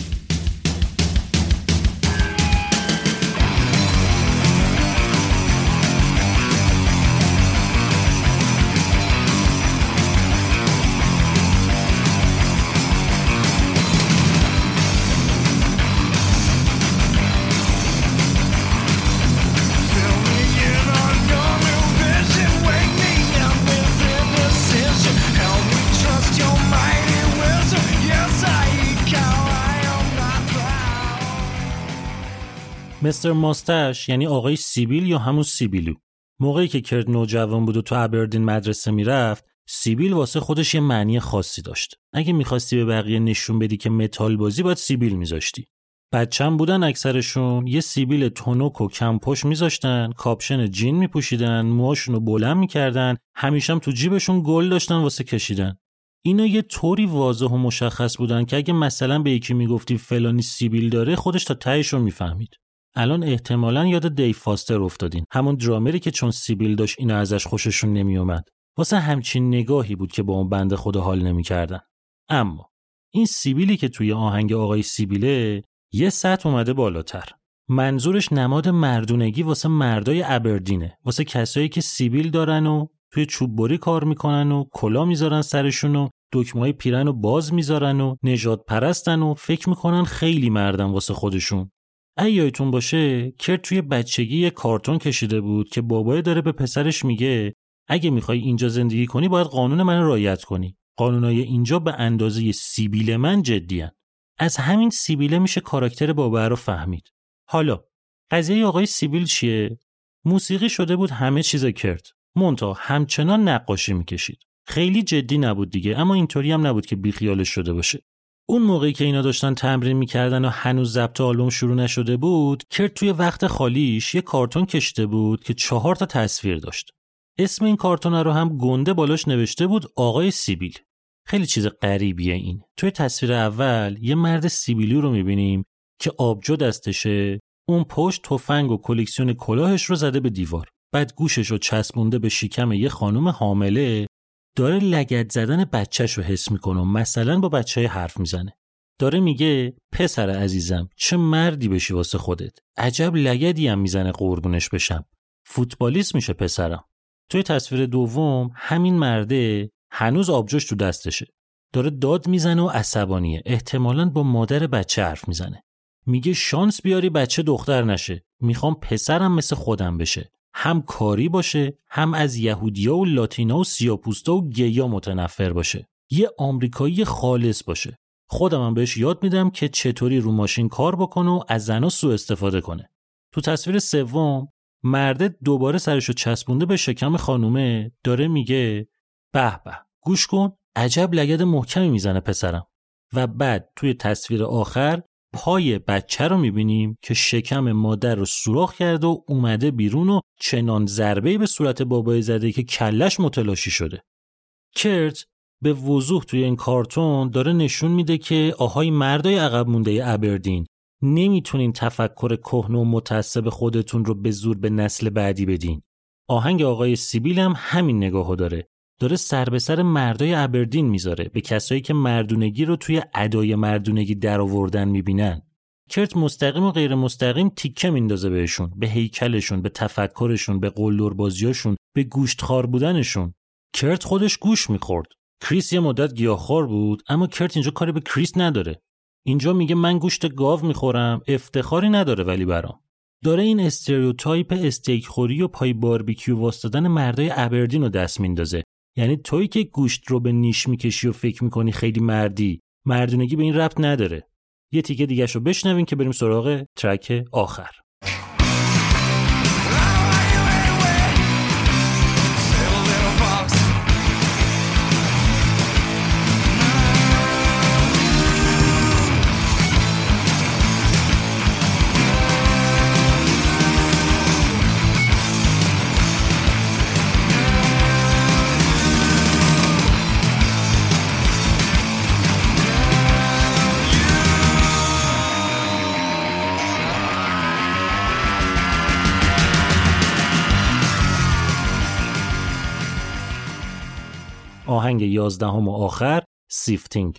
مستر ماستش یعنی آقای سیبیل یا همون سیبیلو. موقعی که کرت نوجوان بود و تو ابردین مدرسه میرفت، سیبیل واسه خودش یه معنی خاصی داشت. اگه می‌خواستی به بقیه نشون بدی که متال بازی باید سیبیل می‌ذاشتی. بچه‌م بودن اکثرشون یه سیبیل تونوک و کم پشت می‌ذاشتن، کاپشن جین می‌پوشیدن، موهاشون رو بلند می‌کردن، همیشه هم تو جیبشون گل داشتن واسه کشیدن. اینا یه طوری واضح و مشخص بودن که اگه مثلا به یکی میگفتی فلانی سیبیل داره، خودش تا تهش رو می‌فهمید. الان احتمالاً یاد دیو فاستر افتادین، همون درامری که چون سیبیل داشت اینا ازش خوششون نمیومد. واسه همچین نگاهی بود که با اون بنده خدا حال نمی‌کردن. اما این سیبیلی که توی آهنگ آقای سیبیله یه سطح اومده بالاتر. منظورش نماد مردونگی واسه مردای ابردینه، واسه کسایی که سیبیل دارن و توی چوببری کار میکنن و کلا میذارن سرشون و دکمه‌های پیرن و باز میذارن و نژاد پرستن و فکر میکنن خیلی مردن واسه خودشون. اگه یادتون باشه کرت توی بچگی یه کارتون کشیده بود که بابای داره به پسرش میگه اگه میخوای اینجا زندگی کنی باید قانون من رعایت کنی. قانونای اینجا به اندازه سیبیل من جدی‌ان. از همین سیبیله میشه کاراکتر بابا رو فهمید. حالا قضیه آقای سیبیل چیه؟ موسیقی شده بود همه چیز کرت. مونتا همچنان نقاشی میکشید. خیلی جدی نبود دیگه، اما اینطوری هم نبود که بیخیالش شده باشه. اون موقعی که اینا داشتن تمرین میکردن و هنوز ضبط آلبوم شروع نشده بود، کرت توی وقت خالیش یه کارتون کشیده بود که 4 تا تصویر داشت. اسم این کارتون رو هم گنده بالاش نوشته بود آقای سیبیل. خیلی چیز غریبیه این. توی تصویر اول یه مرد سیبیلی رو میبینیم که آبجو دستشه، اون پشت تفنگ و کلکسیون کلاهش رو زده به دیوار. بعد گوشش رو چسبونده به شکم یه خانم حامله، داره لگد زدن بچه‌ش رو حس میکنه، مثلا با بچه‌ی حرف میزنه. داره میگه پسر عزیزم چه مردی بشی واسه خودت. عجب لگدی هم میزنه قربونش بشم. فوتبالیست میشه پسرم. توی تصویر دوم همین مرده هنوز آبجوش تو دستشه. داره داد میزنه و عصبانیه. احتمالاً با مادر بچه حرف میزنه. میگه شانس بیاری بچه دختر نشه. میخوام پسرم مثل خودم بشه. هم کاری باشه، هم از یهودیا و لاتینا و سیاپوستا و گیا متنفر باشه. یه آمریکایی خالص باشه. خودم هم بهش یاد میدم که چطوری رو ماشین کار بکنه و از زنا سوء استفاده کنه. تو تصویر سوم مرده دوباره سرشو چسبونده به شکم خانومه، داره میگه به به گوش کن عجب لگد محکمی میزنه پسرم. و بعد توی تصویر آخر پای بچه رو میبینیم که شکم مادر رو سوراخ کرده و اومده بیرون و چنان ضربه‌ای به صورت بابای زده که کلش متلاشی شده. کرت به وضوح توی این کارتون داره نشون میده که آهای مردای عقب مونده ابردین، نمیتونین تفکر کهنه و متعصب خودتون رو به زور به نسل بعدی بدین. آهنگ آقای سیبیل هم همین نگاهو داره سر به سر مردای ابردین میذاره، به کسایی که مردونگی رو توی ادای مردونگی در آوردن میبینن. کرت مستقیم و غیر مستقیم تیکه میندازه بهشون، به هیکلشون، به تفکرشون، به قلدر بازیاشون، به گوشتخوار بودنشون. کرت خودش گوش میخورد. کریس یه مدت گیاهخوار بود، اما کرت اینجا کاری به کریس نداره. اینجا میگه من گوشت گاو میخورم، افتخاری نداره ولی برام. داره این استریوتایپ استیک خوری و پای باربیکیو واسطادن مردای ابردین رو دست میندازه. یعنی تویی که گوشت رو به نیش میکشی و فکر میکنی خیلی مردی، مردونگی به این ربط نداره. یه تیکه دیگه‌شو بشنوین که بریم سراغ ترک آخر. آهنگ 11 و آخر سیفتینگ.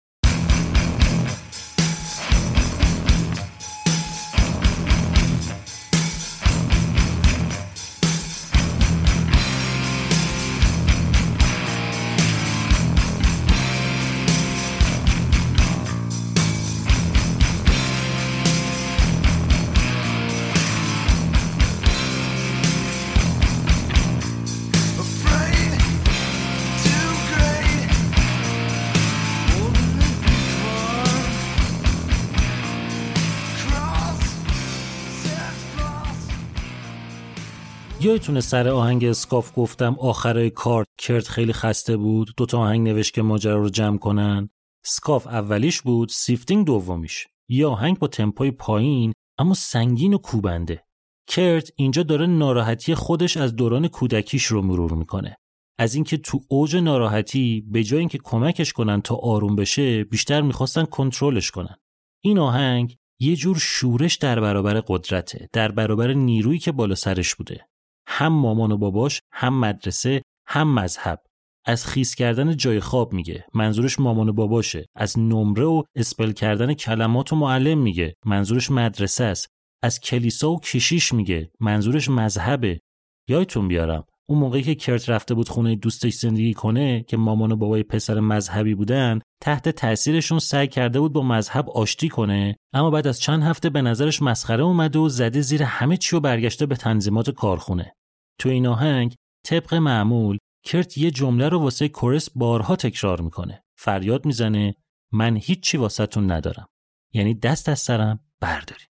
یادتونه سر آهنگ اسکاف گفتم آخرای کار کرت خیلی خسته بود، 2 آهنگ نوشت که ماجرا رو جمع کنن. اسکاف اولیش بود، سیفتینگ دومیش. یه آهنگ با تمپوی پایین اما سنگین و کوبنده. کرت اینجا داره ناراحتی خودش از دوران کودکیش رو مرور میکنه. از اینکه تو اوج ناراحتی به جای اینکه کمکش کنن تا آروم بشه، بیشتر میخواستن کنترلش کنن. این آهنگ یه جور شورش در برابر قدرته، در برابر نیرویی که بالا سرش بوده. هم مامان و باباش، هم مدرسه، هم مذهب. از خیس کردن جای خواب میگه، منظورش مامان و باباشه. از نمره و اسپل کردن کلمات و معلم میگه، منظورش مدرسه است. از کلیسا و کشیش میگه، منظورش مذهبه. یادتون بیارم اون موقعی که کرت رفته بود خونه دوستش زندگی کنه که مامان و بابای پسر مذهبی بودن، تحت تاثیرشون سعی کرده بود با مذهب آشتی کنه، اما بعد از چند هفته به نظرش مسخره اومده و زده زیر همه چی و برگشته به تنظیمات کارخونه. تو این آهنگ طبق معمول کرت یه جمله رو واسه کورس بارها تکرار میکنه. فریاد میزنه من هیچی واسهتون ندارم. یعنی دست از سرم برداری.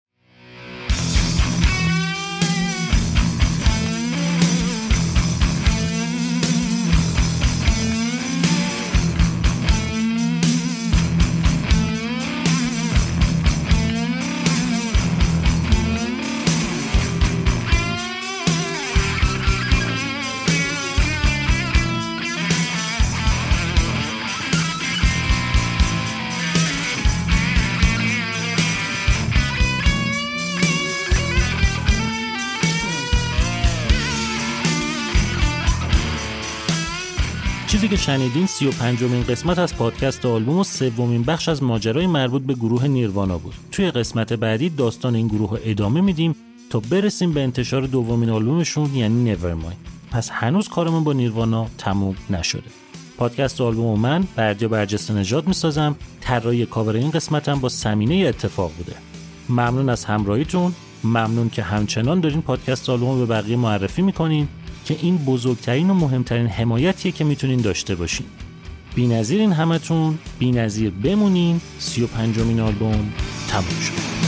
چیزی که شنیدین 35مین قسمت از پادکست آلبوم و 3مین بخش از ماجرای مربوط به گروه نیروانا بود. توی قسمت بعدی داستان این گروه رو ادامه میدیم تا برسیم به انتشار 2مین آلبومشون یعنی Nevermind. پس هنوز کارمون با نیروانا تموم نشده. پادکست آلبوم من بردیا برجسته نژاد میسازم. طراحی کاور این قسمتم با سمینه اتفاق بوده. ممنون از همراهیتون. ممنون که همچنان دارین پادکست آلبوم به بقیه معرفی میکنین که این بزرگترین و مهمترین حمایتیه که میتونین داشته باشین. بی‌نظیرین همتون، بی‌نظیر بمونین. 35مین آلبوم تموم شد.